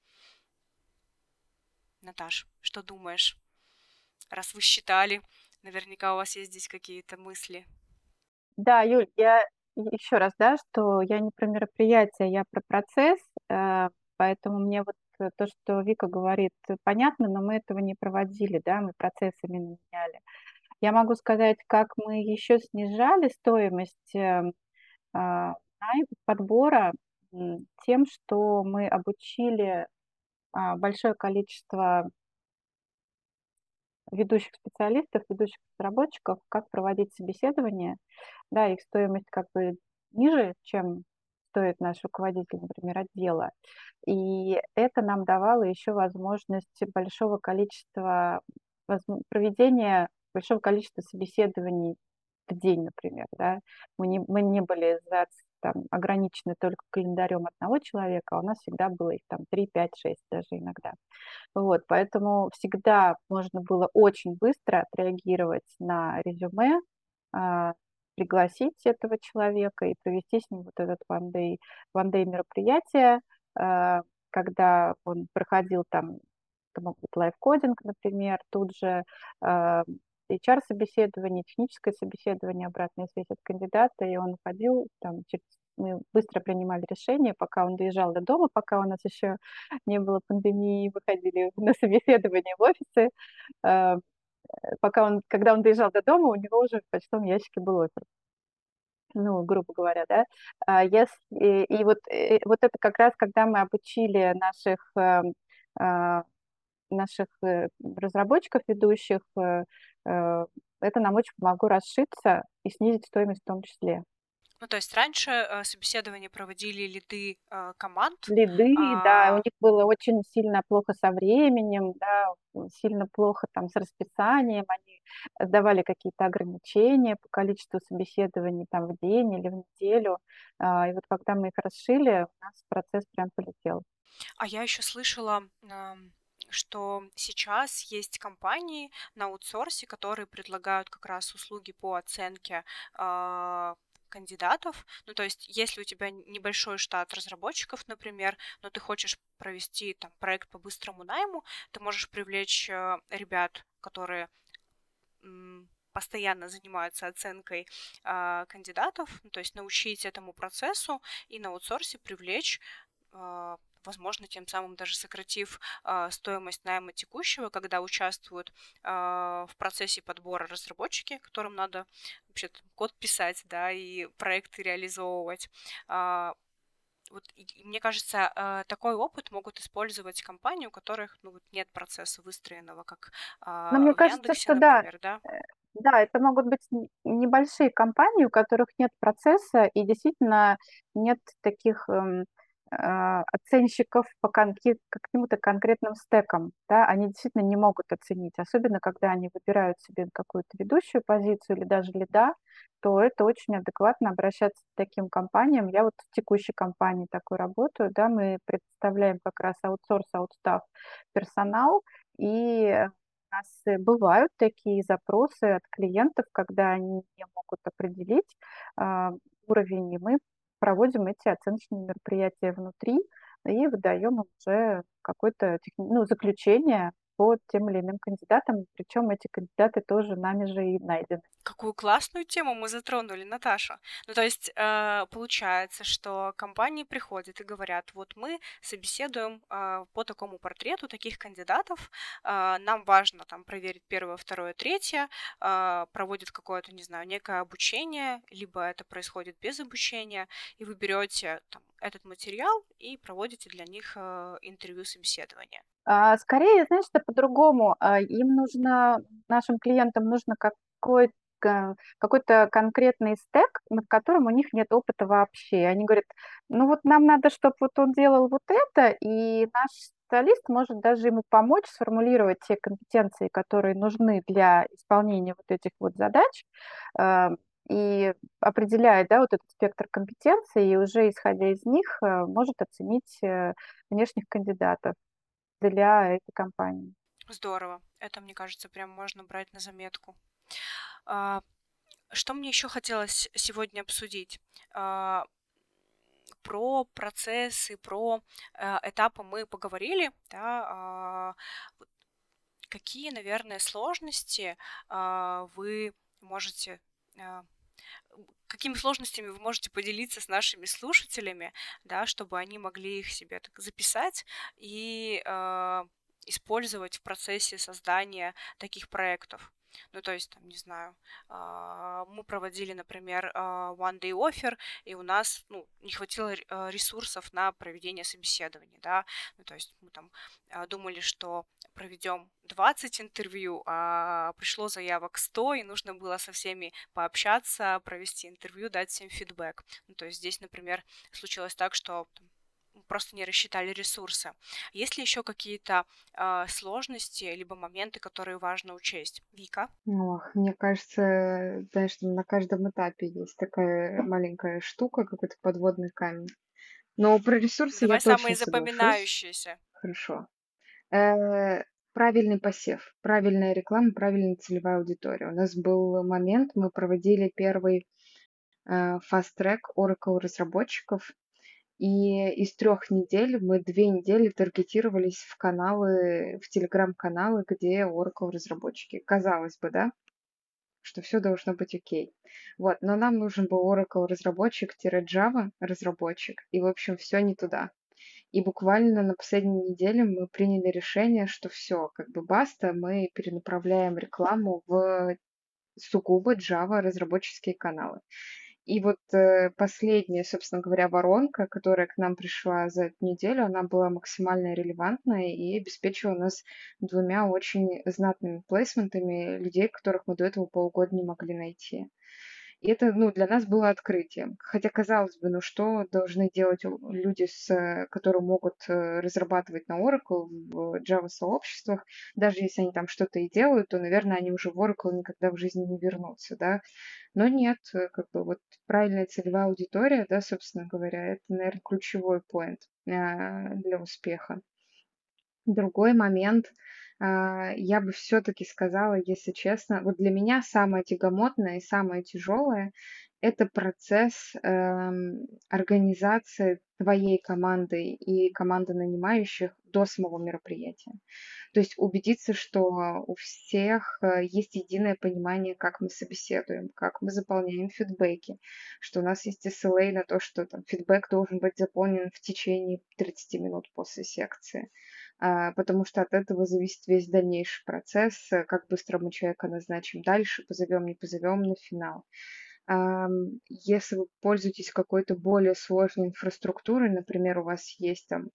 Наташ, что думаешь? Раз вы считали, наверняка у вас есть здесь какие-то мысли. Да, Юль, я еще раз, да, что я не про мероприятие, я про процесс, э, поэтому мне вот э, то, что Вика говорит, э, понятно, но мы этого не проводили, да, мы процессами меняли. Я могу сказать, как мы еще снижали стоимость э, а, найма, подбора м, тем, что мы обучили а, большое количество ведущих специалистов, ведущих разработчиков, как проводить собеседование. Да, их стоимость как бы ниже, чем стоит наш руководитель, например, отдела. И это нам давало еще возможность большого количества возм- проведения большого количества собеседований в день, например, да. Мы не, мы не были за- там, ограничены только календарем одного человека, а у нас всегда было их там три, пять, шесть даже иногда. Вот, поэтому всегда можно было очень быстро отреагировать на резюме, а, пригласить этого человека и провести с ним вот этот one day, one day мероприятие, а, когда он проходил там, это мог быть лайфкодинг, например, тут же а, эйч ар-собеседование, техническое собеседование, обратная связь от кандидата, и он уходил там через мы быстро принимали решение, пока он доезжал до дома, пока у нас еще не было пандемии, выходили на собеседование в офисы. Э, Пока он, когда он доезжал до дома, у него уже в почтовом ящике был офер. Ну, грубо говоря, да. А если, и вот, э, вот это как раз, когда мы обучили наших, э, а, наших э, разработчиков ведущих, э, э, это нам очень помогло расшиться и снизить стоимость в том числе. Ну, то есть раньше э, собеседование проводили лиды э, команд. Лиды, да, у а, них было очень сильно плохо со временем, да, сильно плохо там с расписанием, они давали какие-то ограничения по количеству собеседований там в день или в неделю. А, И вот когда мы их расшили, у нас процесс прям полетел. а я еще слышала, ам, что сейчас есть компании на аутсорсе, которые предлагают как раз услуги по оценке а, кандидатов. Ну, то есть, если у тебя небольшой штат разработчиков, например, но ты хочешь провести там проект по быстрому найму, ты можешь привлечь э, ребят, которые м, постоянно занимаются оценкой а, кандидатов, ну, то есть научить этому процессу и на аутсорсе привлечь а, возможно, тем самым даже сократив а, стоимость найма текущего, когда участвуют а, в процессе подбора разработчики, которым надо вообще код писать, да, и проекты реализовывать. А, вот, и, и мне кажется, а, такой опыт могут использовать компании, у которых ну, вот нет процесса выстроенного, как Но а, мне в кажется, Яндексе, что да, например, да. э, да, это могут быть н небольшие компании, у которых нет процесса и действительно нет таких, эм, а, оценщиков по конке каким-то конкретным стекам, да. Они действительно не могут оценить, особенно когда они выбирают себе какую-то ведущую позицию или даже лида, то это очень адекватно обращаться к таким компаниям. Я вот в текущей компании такой работаю, да, мы предоставляем как раз аутсорс, аутстафф персонал, и у нас э, бывают такие запросы от клиентов, когда они не могут определить а, уровень, и мы проводим эти оценочные мероприятия внутри и выдаем им уже какое-то техни- ну, заключение по тем или иным кандидатам, причем эти кандидаты тоже нами же и найдены. Какую классную тему мы затронули, Наташа. Ну, то есть, э, получается, что компании приходят и говорят, вот мы собеседуем а, по такому портрету таких кандидатов, а, нам важно там проверить первое, второе, третье, а, проводят какое-то, не знаю, некое обучение, либо это происходит без обучения, и вы берете там, этот материал и проводите для них э, интервью, собеседование. А, скорее, знаешь, это по-другому. А, им нужно, нашим клиентам нужно какой ка какой-то конкретный стек, над которым у них нет опыта вообще. И они говорят: "Ну вот нам надо, чтобы вот он делал вот это", и наш специалист может даже ему помочь сформулировать те компетенции, которые нужны для исполнения вот этих вот задач, а, и определяет, да, вот этот спектр компетенций, и уже исходя из них, э, может оценить, э, внешних кандидатов для этой компании. Здорово. Это, мне кажется, прям можно брать на заметку. А, Что мне еще хотелось сегодня обсудить? А, Про процессы, про э, этапы мы поговорили, да. а, вот Какие, наверное, сложности а, вы можете, а, м, какими сложностями вы можете поделиться с нашими слушателями, да, чтобы они могли их себе так записать и а, использовать в процессе создания таких проектов? Ну, то есть, там, не знаю, а, мы проводили, например, а, One Day Offer, и у нас, ну, не хватило ре- а, ресурсов на проведение собеседований, да. Ну, то есть мы там а, думали, что проведем двадцать интервью, а пришло заявок сто, и нужно было со всеми пообщаться, провести интервью, дать всем фидбэк. Ну, то есть здесь, например, случилось так, что там, просто не рассчитали ресурсы. Есть ли еще какие-то а, сложности либо моменты, которые важно учесть? Вика, Ох, мне кажется, знаешь, там на каждом этапе есть такая маленькая штука, какой-то подводный камень. Но про ресурсы я давай самые точно соглашусь. запоминающиеся. Хорошо. Э, Правильный посев, правильная реклама, правильная целевая аудитория. У нас был момент, мы проводили первый э, фаст-трек Oracle разработчиков, и из трех недель мы две недели таргетировались в каналы, в телеграм-каналы, где Oracle разработчики. Казалось бы, да, что все должно быть окей. Вот, но нам нужен был Oracle разработчик-Java разработчик, и, в общем, все не туда. И буквально на последней неделе мы приняли решение, что все, как бы баста, мы перенаправляем рекламу в сугубо Java разработческие каналы. И вот э, последняя, собственно говоря, воронка, которая к нам пришла за эту неделю, она была максимально релевантная и обеспечила нас двумя очень знатными плейсментами людей, которых мы до этого полгода не могли найти. И это, ну, для нас было открытием. Хотя, казалось бы, ну что должны делать у- люди, с, э, которые могут э, разрабатывать на Oracle в Java-сообществах, даже если они там что-то и делают, то, наверное, они уже в Oracle никогда в жизни не вернутся, да. Но нет, э, как бы вот правильная целевая аудитория, да, собственно говоря, это, наверное, ключевой поинт а, для успеха. Другой момент, а, я бы все таки сказала, если честно, вот для меня самое тягомотное и самое тяжелое это процесс эм, организации твоей команды и команды нанимающих до самого мероприятия. То есть убедиться, что у всех э, есть единое понимание, как мы собеседуем, как мы заполняем фидбэки, что у нас есть эс эл а на то, что там фидбэк должен быть заполнен в течение тридцати минут после секции. А, потому что от этого зависит весь дальнейший процесс, э, как быстро мы человека назначим дальше, позовем, не позовем на финал. Ам, Если вы пользуетесь какой-то более сложной инфраструктурой, например, у вас есть там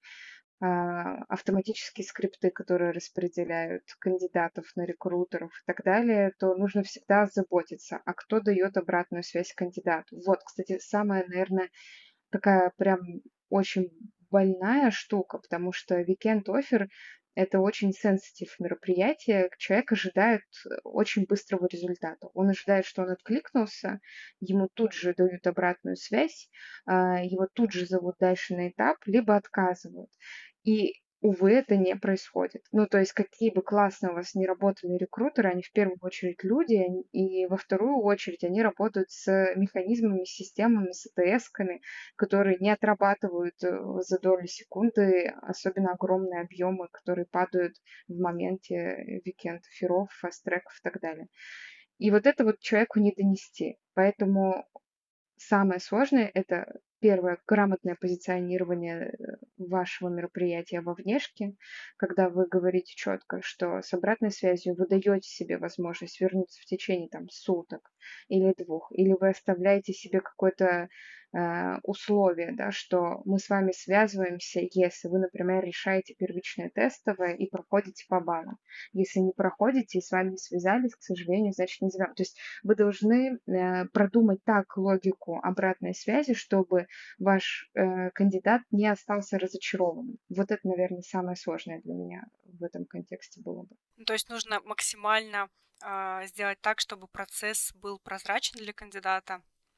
а, автоматические скрипты, которые распределяют кандидатов на рекрутеров и так далее, то нужно всегда заботиться, а кто дает обратную связь кандидату. Вот, кстати, самая, наверное, такая прям очень больная штука, потому что weekend offer — это очень сенситив мероприятие. Человек ожидает э, очень быстрого результата. Он ожидает, что он откликнулся, ему тут же дают обратную связь, а, его тут же зовут дальше на этап, либо отказывают. И, увы, это не происходит. Ну, то есть какие бы классно у вас ни работали рекрутеры, они в первую очередь люди, они- и во вторую очередь они работают с механизмами, системами, с а тэ эсками, которые не отрабатывают э, за доли секунды особенно огромные объемы, которые падают в моменте weekend-эфиров, фаст-треков и так далее. И вот это вот человеку не донести. Поэтому самое сложное — это первое — грамотное позиционирование э, вашего мероприятия во внешке, когда вы говорите четко, что с обратной связью вы даете себе возможность вернуться в течение там суток или двух, или вы оставляете себе какое-то э, условие, да, что мы с вами связываемся, если вы, например, решаете первичное тестовое и проходите по баллам. Если не проходите и с вами не связались, к сожалению, значит не зовем. То есть вы должны э, продумать так логику обратной связи, чтобы ваш э, кандидат не остался разочарованным. Вот это, наверное, самое сложное для меня в этом контексте было бы. Ну, то есть нужно максимально а, сделать так, чтобы процесс был прозрачен для кандидата,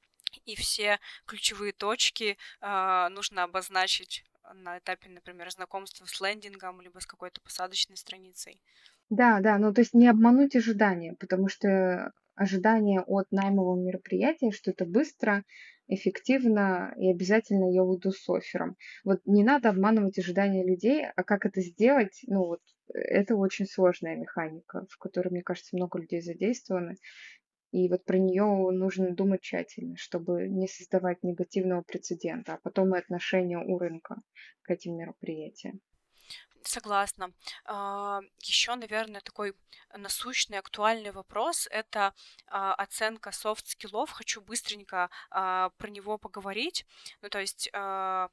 и все ключевые точки а, нужно обозначить на этапе, например, знакомства с лендингом, либо с какой-то посадочной страницей. Да, да, ну то есть не обмануть ожидания, потому что ожидание от наймового мероприятия, что это быстро, эффективно и обязательно я уйду с оффером. Вот не надо обманывать ожидания людей, а как это сделать, ну вот э, это очень сложная механика, в которой, мне кажется, много людей задействованы. И вот про нее нужно думать тщательно, чтобы не создавать негативного прецедента, а потом и отношение у рынка к этим мероприятиям. Согласна. Еще, наверное, такой насущный, актуальный вопрос — это а, оценка софт-скиллов. Хочу быстренько а, про него поговорить. Ну, то есть а,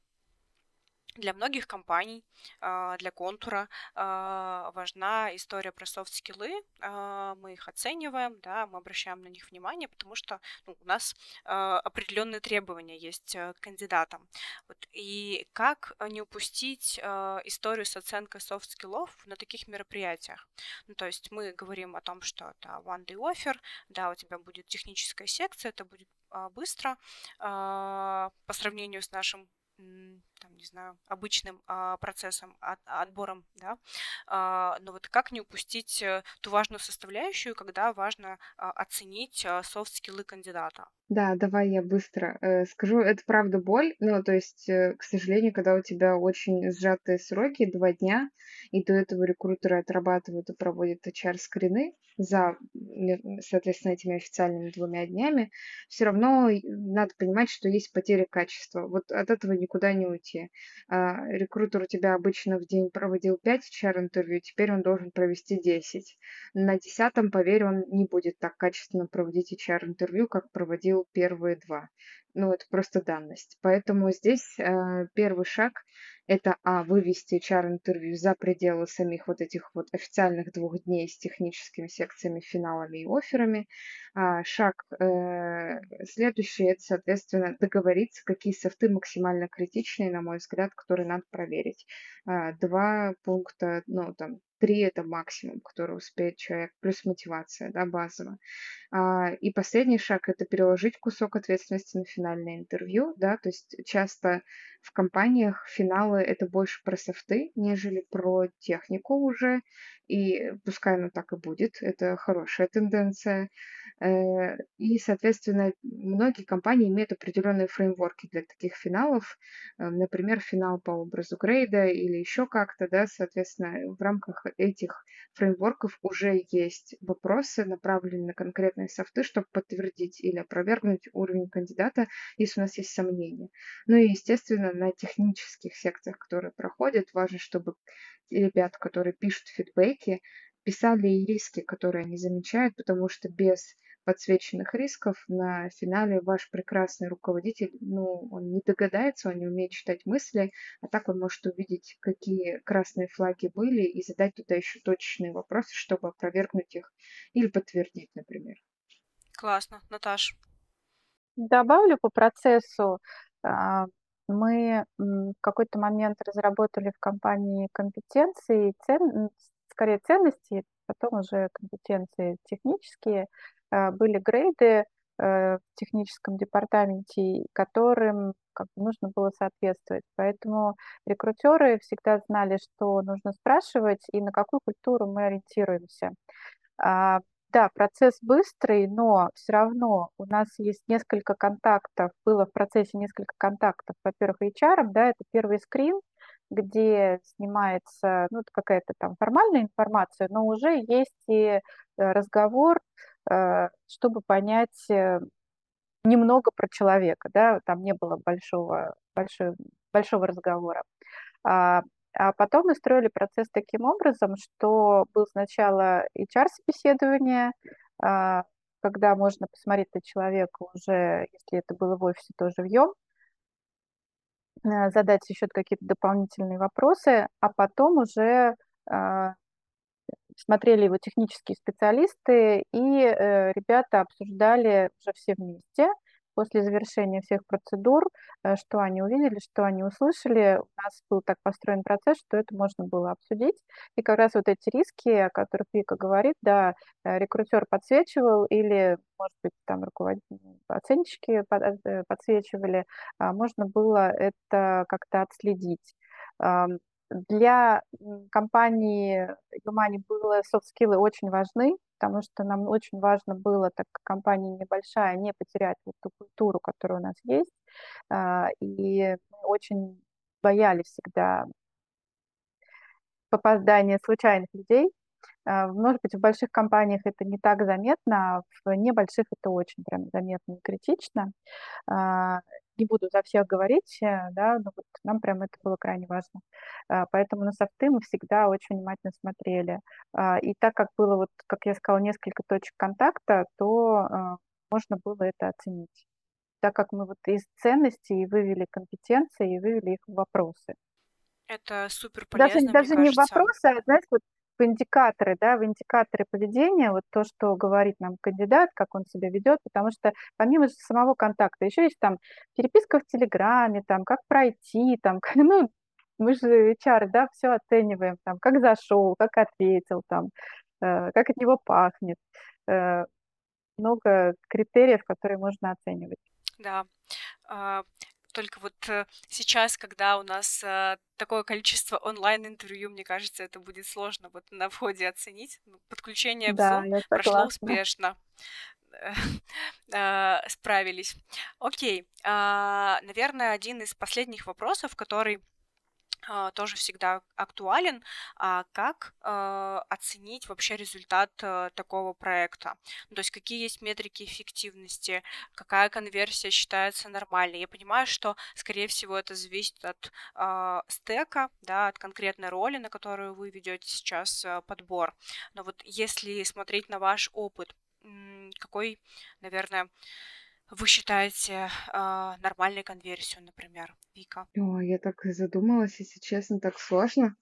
для многих компаний, а, для Контура а, важна история про софт-скиллы. А, Мы их оцениваем, да, мы обращаем на них внимание, потому что ну, у нас а, определенные требования есть э, к кандидатам. Вот. И как не упустить а, историю с оценкой софт-скиллов на таких мероприятиях? Ну, то есть мы говорим о том, что это one-day offer, да, у тебя будет техническая секция, это будет а, быстро а, по сравнению с нашим м, там, не знаю, обычным а, процессом, от- отбором, да. А, но вот как не упустить э, ту важную составляющую, когда важно а, оценить софт-скиллы кандидата? Да, давай я быстро э, скажу. Это правда боль. Ну, то есть, э, к сожалению, когда у тебя очень сжатые сроки, два дня, и до этого рекрутеры отрабатывают и проводят эйч ар-скрины за, м, соответственно, этими официальными двумя днями, все равно и надо понимать, что есть потеря качества. Вот от этого никуда не уйти. А, рекрутер у тебя обычно в день проводил пять эйч ар-интервью, теперь он должен провести десять. На десятом, поверь, он не будет так качественно проводить эйч ар-интервью, как проводил первые два. Ну, это просто данность. Поэтому здесь э, первый шаг — это, а, вывести эйч ар-интервью за пределы самих вот этих вот официальных двух дней с техническими секциями, финалами и офферами. А, шаг э, следующий — это, соответственно, договориться, какие софты максимально критичные, на мой взгляд, которые надо проверить. А, два пункта, ну, там, три — это максимум, который успеет человек, плюс мотивация, да, базово. А, и последний шаг — это переложить кусок ответственности на финальное интервью, да, то есть часто в компаниях финалы — это больше про софты, нежели про технику уже, и пускай оно так и будет, это хорошая тенденция. Э, и, соответственно, многие компании имеют определенные фреймворки для таких финалов. Э, например, финал по образу грейда или еще как-то, да. Соответственно, в рамках этих фреймворков уже есть вопросы, направленные на конкретные софты, чтобы подтвердить или опровергнуть уровень кандидата, если у нас есть сомнения. Ну и, естественно, на технических секциях, которые проходят, важно, чтобы ребята, которые пишут фидбэки, писали и риски, которые они замечают, потому что без подсвеченных рисков на финале ваш прекрасный руководитель, ну, он не догадается, он не умеет читать мысли, а так он может увидеть, какие красные флаги были, и задать туда еще точечные вопросы, чтобы опровергнуть их или подтвердить, например. Классно, Наташ. Добавлю по процессу. А, Мы м, в какой-то момент разработали в компании компетенции, и цен... м, скорее ценности, потом уже компетенции технические. А, Были грейды э, в техническом департаменте, которым как бы нужно было соответствовать. Поэтому рекрутеры всегда знали, что нужно спрашивать и на какую культуру мы ориентируемся. А, да, процесс быстрый, но все равно у нас есть несколько контактов, было в процессе несколько контактов, во-первых, эйч ар, да, это первый скрин, где снимается, ну, это какая-то там формальная информация, но уже есть и э, разговор, э, чтобы понять э, немного про человека, да, там не было большого, большой, большого разговора. А, а потом мы строили процесс таким образом, что был сначала эйч ар-собеседование, а, когда можно посмотреть на человека уже, если это было в офисе, то живьем, э, задать еще какие-то дополнительные вопросы, а потом уже а, смотрели его технические специалисты, и э, ребята обсуждали уже все вместе после завершения всех процедур, э, что они увидели, что они услышали. У нас был так построен процесс, что это можно было обсудить. И как раз вот эти риски, о которых Вика говорит, да, э, рекрутер подсвечивал или, может быть, там руководители, оценщики под- э, подсвечивали, а можно было это как-то отследить. Ам, Для м, компании Юмани было софт-скиллы очень важны, потому что нам очень важно было, так как компания небольшая, не потерять вот ту культуру, которая у нас есть. А, И мы очень боялись всегда попадания случайных людей. А, Может быть, в больших компаниях это не так заметно, а в небольших это очень прям заметно и критично. А, Не буду за всех говорить, э, да, но вот нам прям это было крайне важно. А, Поэтому на софты мы всегда очень внимательно смотрели. А, И так как было, вот, как я сказала, несколько точек контакта, то а, можно было это оценить. Так как мы вот из ценностей вывели компетенции и вывели их в вопросы. Это супер Даже, полезно, мне даже не в кажется. вопросы, а, знаете, вот в индикаторы, да, в индикаторы поведения, вот то, что говорит нам кандидат, как он себя ведет, потому что помимо же самого контакта, еще есть там переписка в Телеграме, там, как пройти, там, ну, мы же эйч ар, да, все оцениваем, там, как зашел, как ответил, там, э, как от него пахнет. Э, Много критериев, которые можно оценивать. Да. А, Только вот э, сейчас, когда у нас э, такое количество онлайн-интервью, мне кажется, это будет сложно вот на входе оценить. Ну, Подключение в Да, Zoom я прошло согласна. успешно. А, Справились. Окей. А, Наверное, один из последних вопросов, который а, тоже всегда актуален. А как а, оценить вообще результат а, такого проекта? Ну, то есть какие есть метрики эффективности, какая конверсия считается нормальной? Я понимаю, что, скорее всего, это зависит от а, стека, да, от конкретной роли, на которую вы ведете сейчас а, подбор. Но вот если смотреть на ваш опыт, м, какой, наверное, вы считаете а, нормальной конверсию, например, Вика? Ой, я так и задумалась, если честно, так сложно.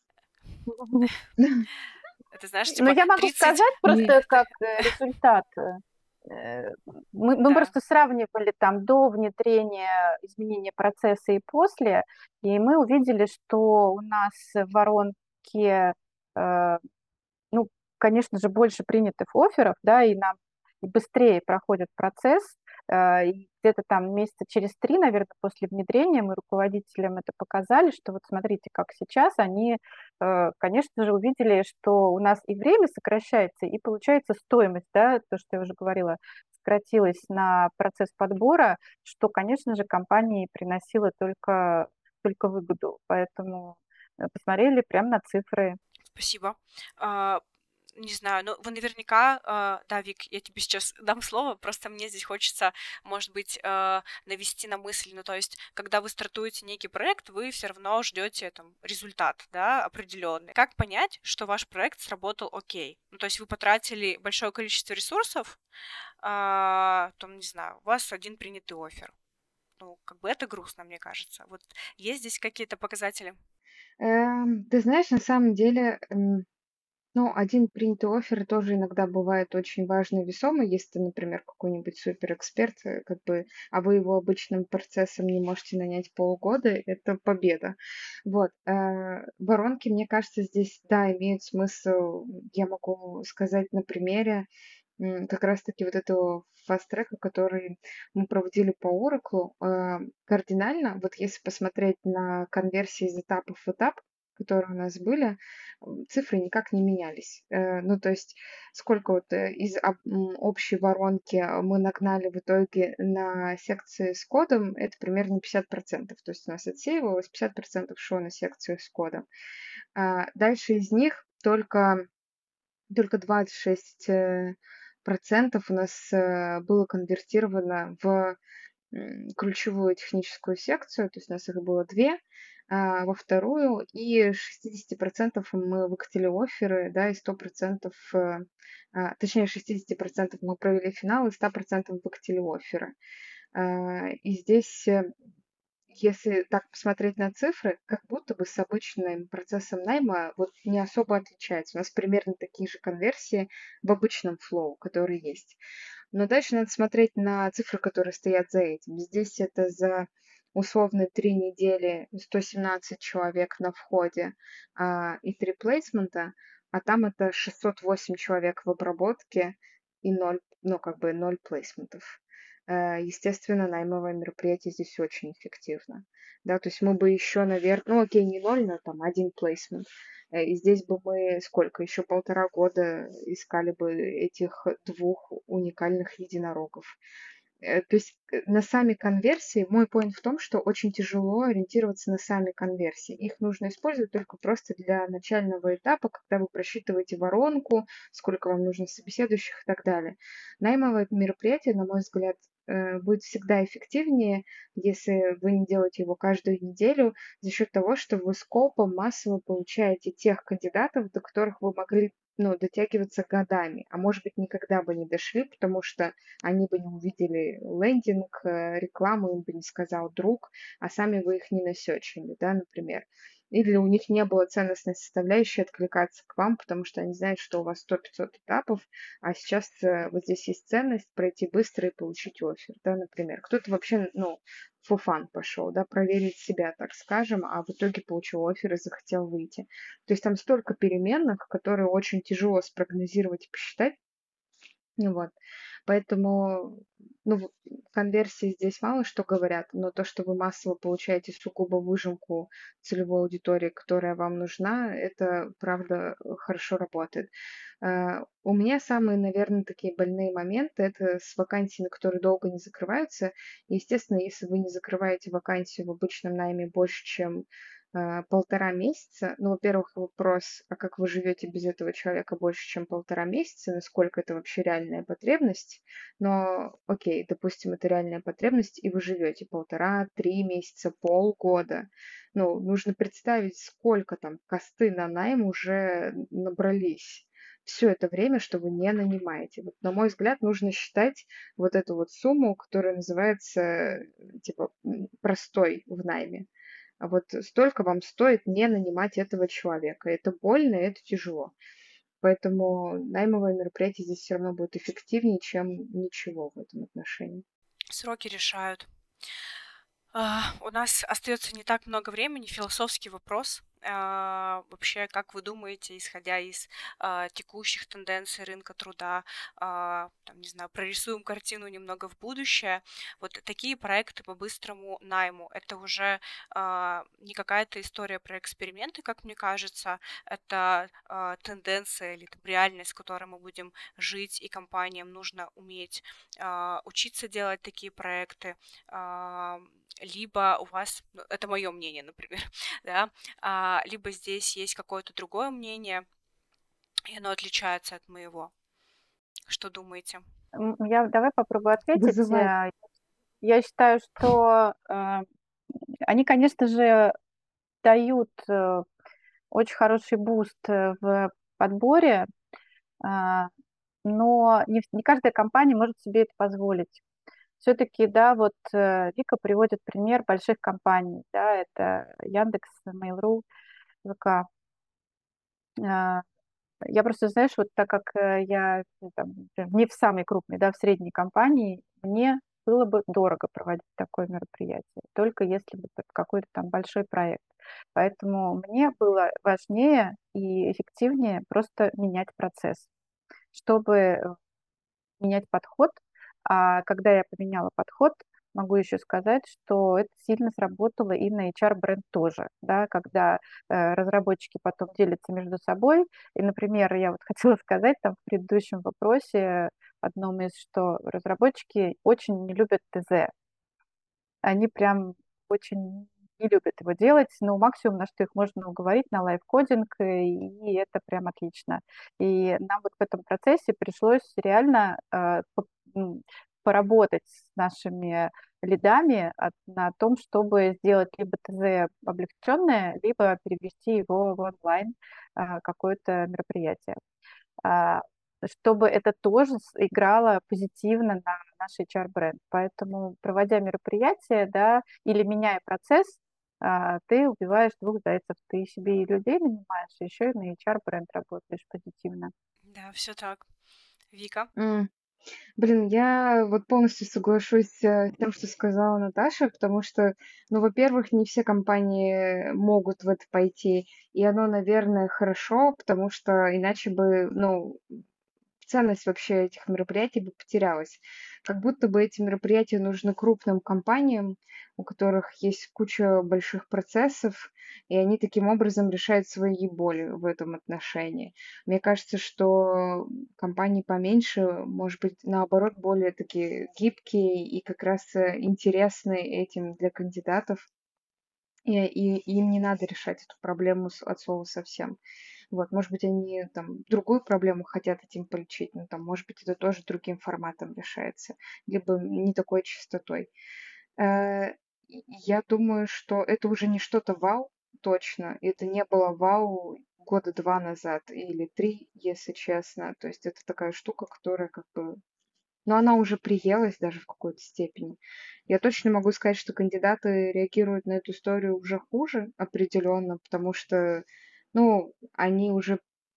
Это знаешь, Ну, типа я могу тридцать. сказать Не, просто как э, результат. Э, Мы, мы Да. просто сравнивали там до внедрения изменения процесса и после, и мы увидели, что у нас в воронке, э, ну, конечно же, больше принятых офферов, да, и нам и быстрее проходит процесс, Э, и где-то там месяца через три, наверное, после внедрения мы руководителям это показали, что вот смотрите, как сейчас они, э, конечно же, увидели, что у нас и время сокращается, и получается стоимость, да, то, что я уже говорила, сократилась на процесс подбора, что, конечно же, компании приносило только только выгоду. Поэтому, э, посмотрели прям на цифры. Спасибо. А, не знаю, ну вы наверняка, а, да, Вик, я тебе сейчас дам слово, просто мне здесь хочется, может быть, а, навести на мысль, ну то есть, когда вы стартуете некий проект, вы все равно ждете там результат, да, определенный. Как понять, что ваш проект сработал окей? Ну то есть вы потратили большое количество ресурсов, а, там, не знаю, у вас один принятый оффер. Ну, как бы это грустно, мне кажется. Вот есть здесь какие-то показатели? Эм, ты знаешь, на самом деле, м, ну, один принятый оффер тоже иногда бывает очень важный и весомый, если ты, например, какой-нибудь суперэксперт, э, как бы, а вы его обычным процессом не можете нанять полгода, это победа. Вот. э, Воронки, мне кажется, здесь, да, имеют смысл. Я могу сказать на примере м, как раз-таки вот этого фаст-трека, который мы проводили по Oracle, э, кардинально, вот если посмотреть на конверсии из этапа в этап, которые у нас были, м, цифры никак не менялись. Э, ну, то есть сколько вот э, из об- м, общей воронки а, мы нагнали в итоге на секции с кодом, это примерно пятьдесят процентов. То есть у нас отсеивалось, пятьдесят процентов шло на секцию с кодом. А дальше из них только только двадцать шесть э, процентов у нас э, было конвертировано в м, ключевую техническую секцию, то есть у нас их было две, а, во вторую, и шестьдесят процентов мы выкатили офферы, да, и сто процентов, э, а, точнее шестьдесят процентов мы провели финал, и сто процентов выкатили офферы. А, И здесь э, если так посмотреть на цифры, как будто бы с обычным процессом найма вот не особо отличается. У нас примерно такие же конверсии в обычном флоу, которые есть. Но дальше надо смотреть на цифры, которые стоят за этим. Здесь это за условно три недели сто семнадцать человек на входе а, и три плейсмента, а там это шестьсот восемь человек в обработке и ноль, ну как бы ноль плейсментов. Э, Естественно, наймовое мероприятие здесь очень эффективно. Да, то есть мы бы еще, наверное, ну окей, не ноль, но там один плейсмент. Э, И здесь бы мы сколько, еще полтора года искали бы этих двух уникальных единорогов. Э, то есть э, на сами конверсии, мой point в том, что очень тяжело ориентироваться на сами конверсии. Их нужно использовать только просто для начального этапа, когда вы просчитываете воронку, сколько вам нужно собеседующих и так далее. Наймовое мероприятие, на мой взгляд, э, будет всегда эффективнее, если вы не делаете его каждую неделю, за счет того, что вы скопом массово получаете тех кандидатов, до которых вы могли ну, дотягиваться годами, а может быть никогда бы не дошли, потому что они бы не увидели лендинг, э, рекламу, им бы не сказал друг, а сами вы их не насечили, да, например. Или у них не было ценностной составляющей откликаться к вам, потому что они знают, что у вас сто пятьсот этапов, а сейчас э, вот здесь есть ценность пройти быстро и получить оффер, да, например. Кто-то вообще, ну, for fun пошел, да, проверить себя, так скажем, а в итоге получил оффер и захотел выйти. То есть там столько переменных, которые очень тяжело спрогнозировать и посчитать, вот. Поэтому, ну, в конверсии здесь мало что говорят, но то, что вы массово получаете сугубо выжимку целевой аудитории, которая вам нужна, это правда э, хорошо работает. Э, У меня самые, наверное, такие больные моменты — это с вакансиями, которые долго не закрываются. Естественно, если вы не закрываете вакансию в обычном найме больше, чем э, полтора месяца, ну, во-первых, вопрос, а как вы живете без этого человека больше, чем полтора месяца, насколько это вообще реальная потребность, но окей, допустим, это реальная потребность, и вы живете полтора, три месяца, полгода. Ну, нужно представить, сколько там косты на найм уже набрались все это время, что вы не нанимаете. Вот, на мой взгляд, нужно считать вот эту вот сумму, которая называется, э, типа, м, простой в найме. А вот столько вам стоит не нанимать этого человека. Это больно, и это тяжело. Поэтому наймовое мероприятие здесь все равно будет эффективнее, чем ничего в этом отношении. Сроки решают. А, у нас остается не так много времени. Философский вопрос. А, вообще, как вы думаете, исходя из а, текущих тенденций рынка труда, а, там, не знаю, прорисуем картину немного в будущее. Вот такие проекты по быстрому найму. Это уже а, не какая-то история про эксперименты, как мне кажется. Это а, тенденция или там, реальность, с которой мы будем жить, и компаниям нужно уметь а, учиться делать такие проекты. А, либо у вас, ну, это мое мнение, например, да, а, либо здесь есть какое-то другое мнение, и оно отличается от моего. Что думаете? М, Я давай попробую ответить. Вызывает. Э, Я считаю, что э, они, конечно же, дают э, очень хороший буст э, в подборе, а, но не, вс- не каждая компания может себе это позволить. Все-таки, да, вот э, Вика приводит пример больших компаний, да, это Яндекс, Mail.ru, вэ ка. А, Я просто, знаешь, вот так как э, я э, там, например, не в самой крупной, да, в средней компании, мне было бы дорого проводить такое мероприятие, только если бы это какой-то там большой проект. Поэтому мне было важнее и эффективнее просто менять процесс, чтобы э, менять подход. А когда я поменяла подход, могу еще сказать, что это сильно сработало и на эйч ар-бренд тоже, да, когда э, разработчики потом делятся между собой. И, например, я вот хотела сказать там в предыдущем вопросе одном из, что разработчики очень не любят тэ зэ. Они прям очень не любят его делать, но максимум, на что их можно уговорить, на лайв-кодинг, э, и это прям отлично. И нам вот в этом процессе пришлось реально э, по- м, поработать с нашими лидами от- на том, чтобы сделать либо тэ зэ облегченное, либо перевести его в онлайн а, какое-то мероприятие, а, чтобы это тоже с играло позитивно на наш эйч ар-бренд. Поэтому, проводя мероприятие, да, или меняя процесс, а, ты убиваешь двух зайцев. Ты себе и людей нанимаешь, и еще и на эйч ар-бренд работаешь позитивно. Да, все так. Вика? М. Блин, я вот полностью соглашусь э, с тем, что сказала Наташа, потому что, ну, во-первых, не все компании могут в это пойти, и оно, наверное, хорошо, потому что иначе бы, ну, ценность вообще этих мероприятий бы потерялась. Как будто бы эти мероприятия нужны крупным компаниям, у которых есть куча больших процессов, и они таким образом решают свои боли в этом отношении. Мне кажется, что компании поменьше, может быть, наоборот, более такие гибкие и как раз э, интересны этим для кандидатов, и, и им не надо решать эту проблему с- от слова совсем. Вот, может быть, они там другую проблему хотят этим полечить, но там, может быть, это тоже другим форматом решается, либо не такой частотой. Э, и Я думаю, что это уже не что-то вау, точно. Это не было вау года два назад или три, если честно. То есть это такая штука, которая как бы... Но она уже приелась даже в какой-то степени. Я точно могу сказать, что кандидаты реагируют на эту историю уже хуже определенно, потому что, ну, они уже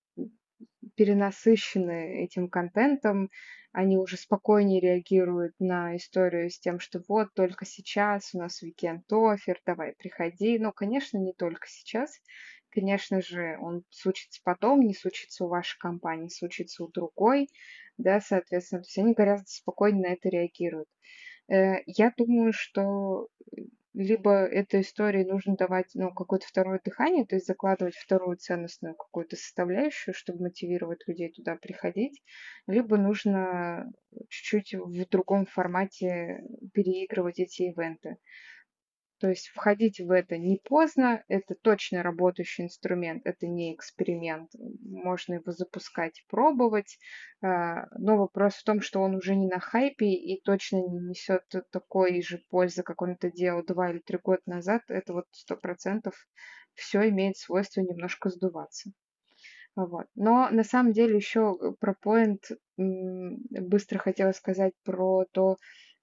перенасыщены этим контентом, они уже спокойнее реагируют на историю с тем, что вот только сейчас у нас weekend оффер, давай приходи. Ну, конечно, не только сейчас. Конечно же, он случится потом, не случится у вашей компании, случится у другой, да, соответственно. То есть они гораздо спокойнее на это реагируют. Э, я думаю, что либо этой истории нужно давать, ну, какое-то второе дыхание, то есть закладывать вторую ценностную какую-то составляющую, чтобы мотивировать людей туда приходить, либо нужно чуть-чуть в другом формате переигрывать эти ивенты. То есть входить в это не поздно, это точно работающий инструмент, это не эксперимент. Можно его запускать, пробовать, а, но вопрос в том, что он уже не на хайпе и точно не несет такой же пользы, как он это делал два или три года назад. Это вот сто процентов все имеет свойство немножко сдуваться. Вот. Но на самом деле еще про поинт быстро хотела сказать про то,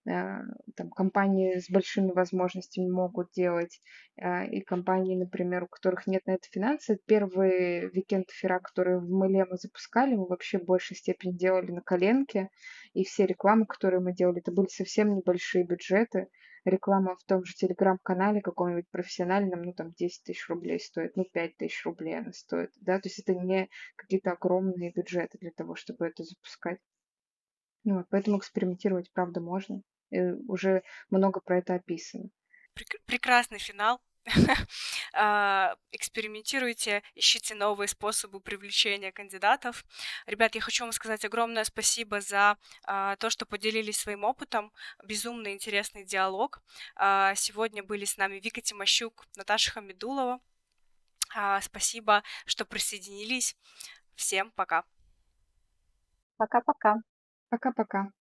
э, там компании с большими возможностями могут делать, э, и компании, например, у которых нет на это финансов. Первые викенд-оффера, которые в Мэле мы запускали, мы вообще в большей степени делали на коленке, и все рекламы, которые мы делали, это были совсем небольшие бюджеты. Реклама в том же телеграм-канале каком-нибудь профессиональном, ну, там десять тысяч рублей стоит, ну, пять тысяч рублей она стоит, да, то есть это не какие-то огромные бюджеты для того, чтобы это запускать. Ну вот, поэтому экспериментировать, правда, можно. Э, уже много про это описано. Прек- прекрасный финал. А, Экспериментируйте, ищите новые способы привлечения кандидатов. Ребят, я хочу вам сказать огромное спасибо за а, то, что поделились своим опытом. Безумно интересный диалог. А, Сегодня были с нами Вика Тимощук, Наташа Хамидулова. А, Спасибо, что присоединились. Всем пока. Пока-пока. Пока-пока.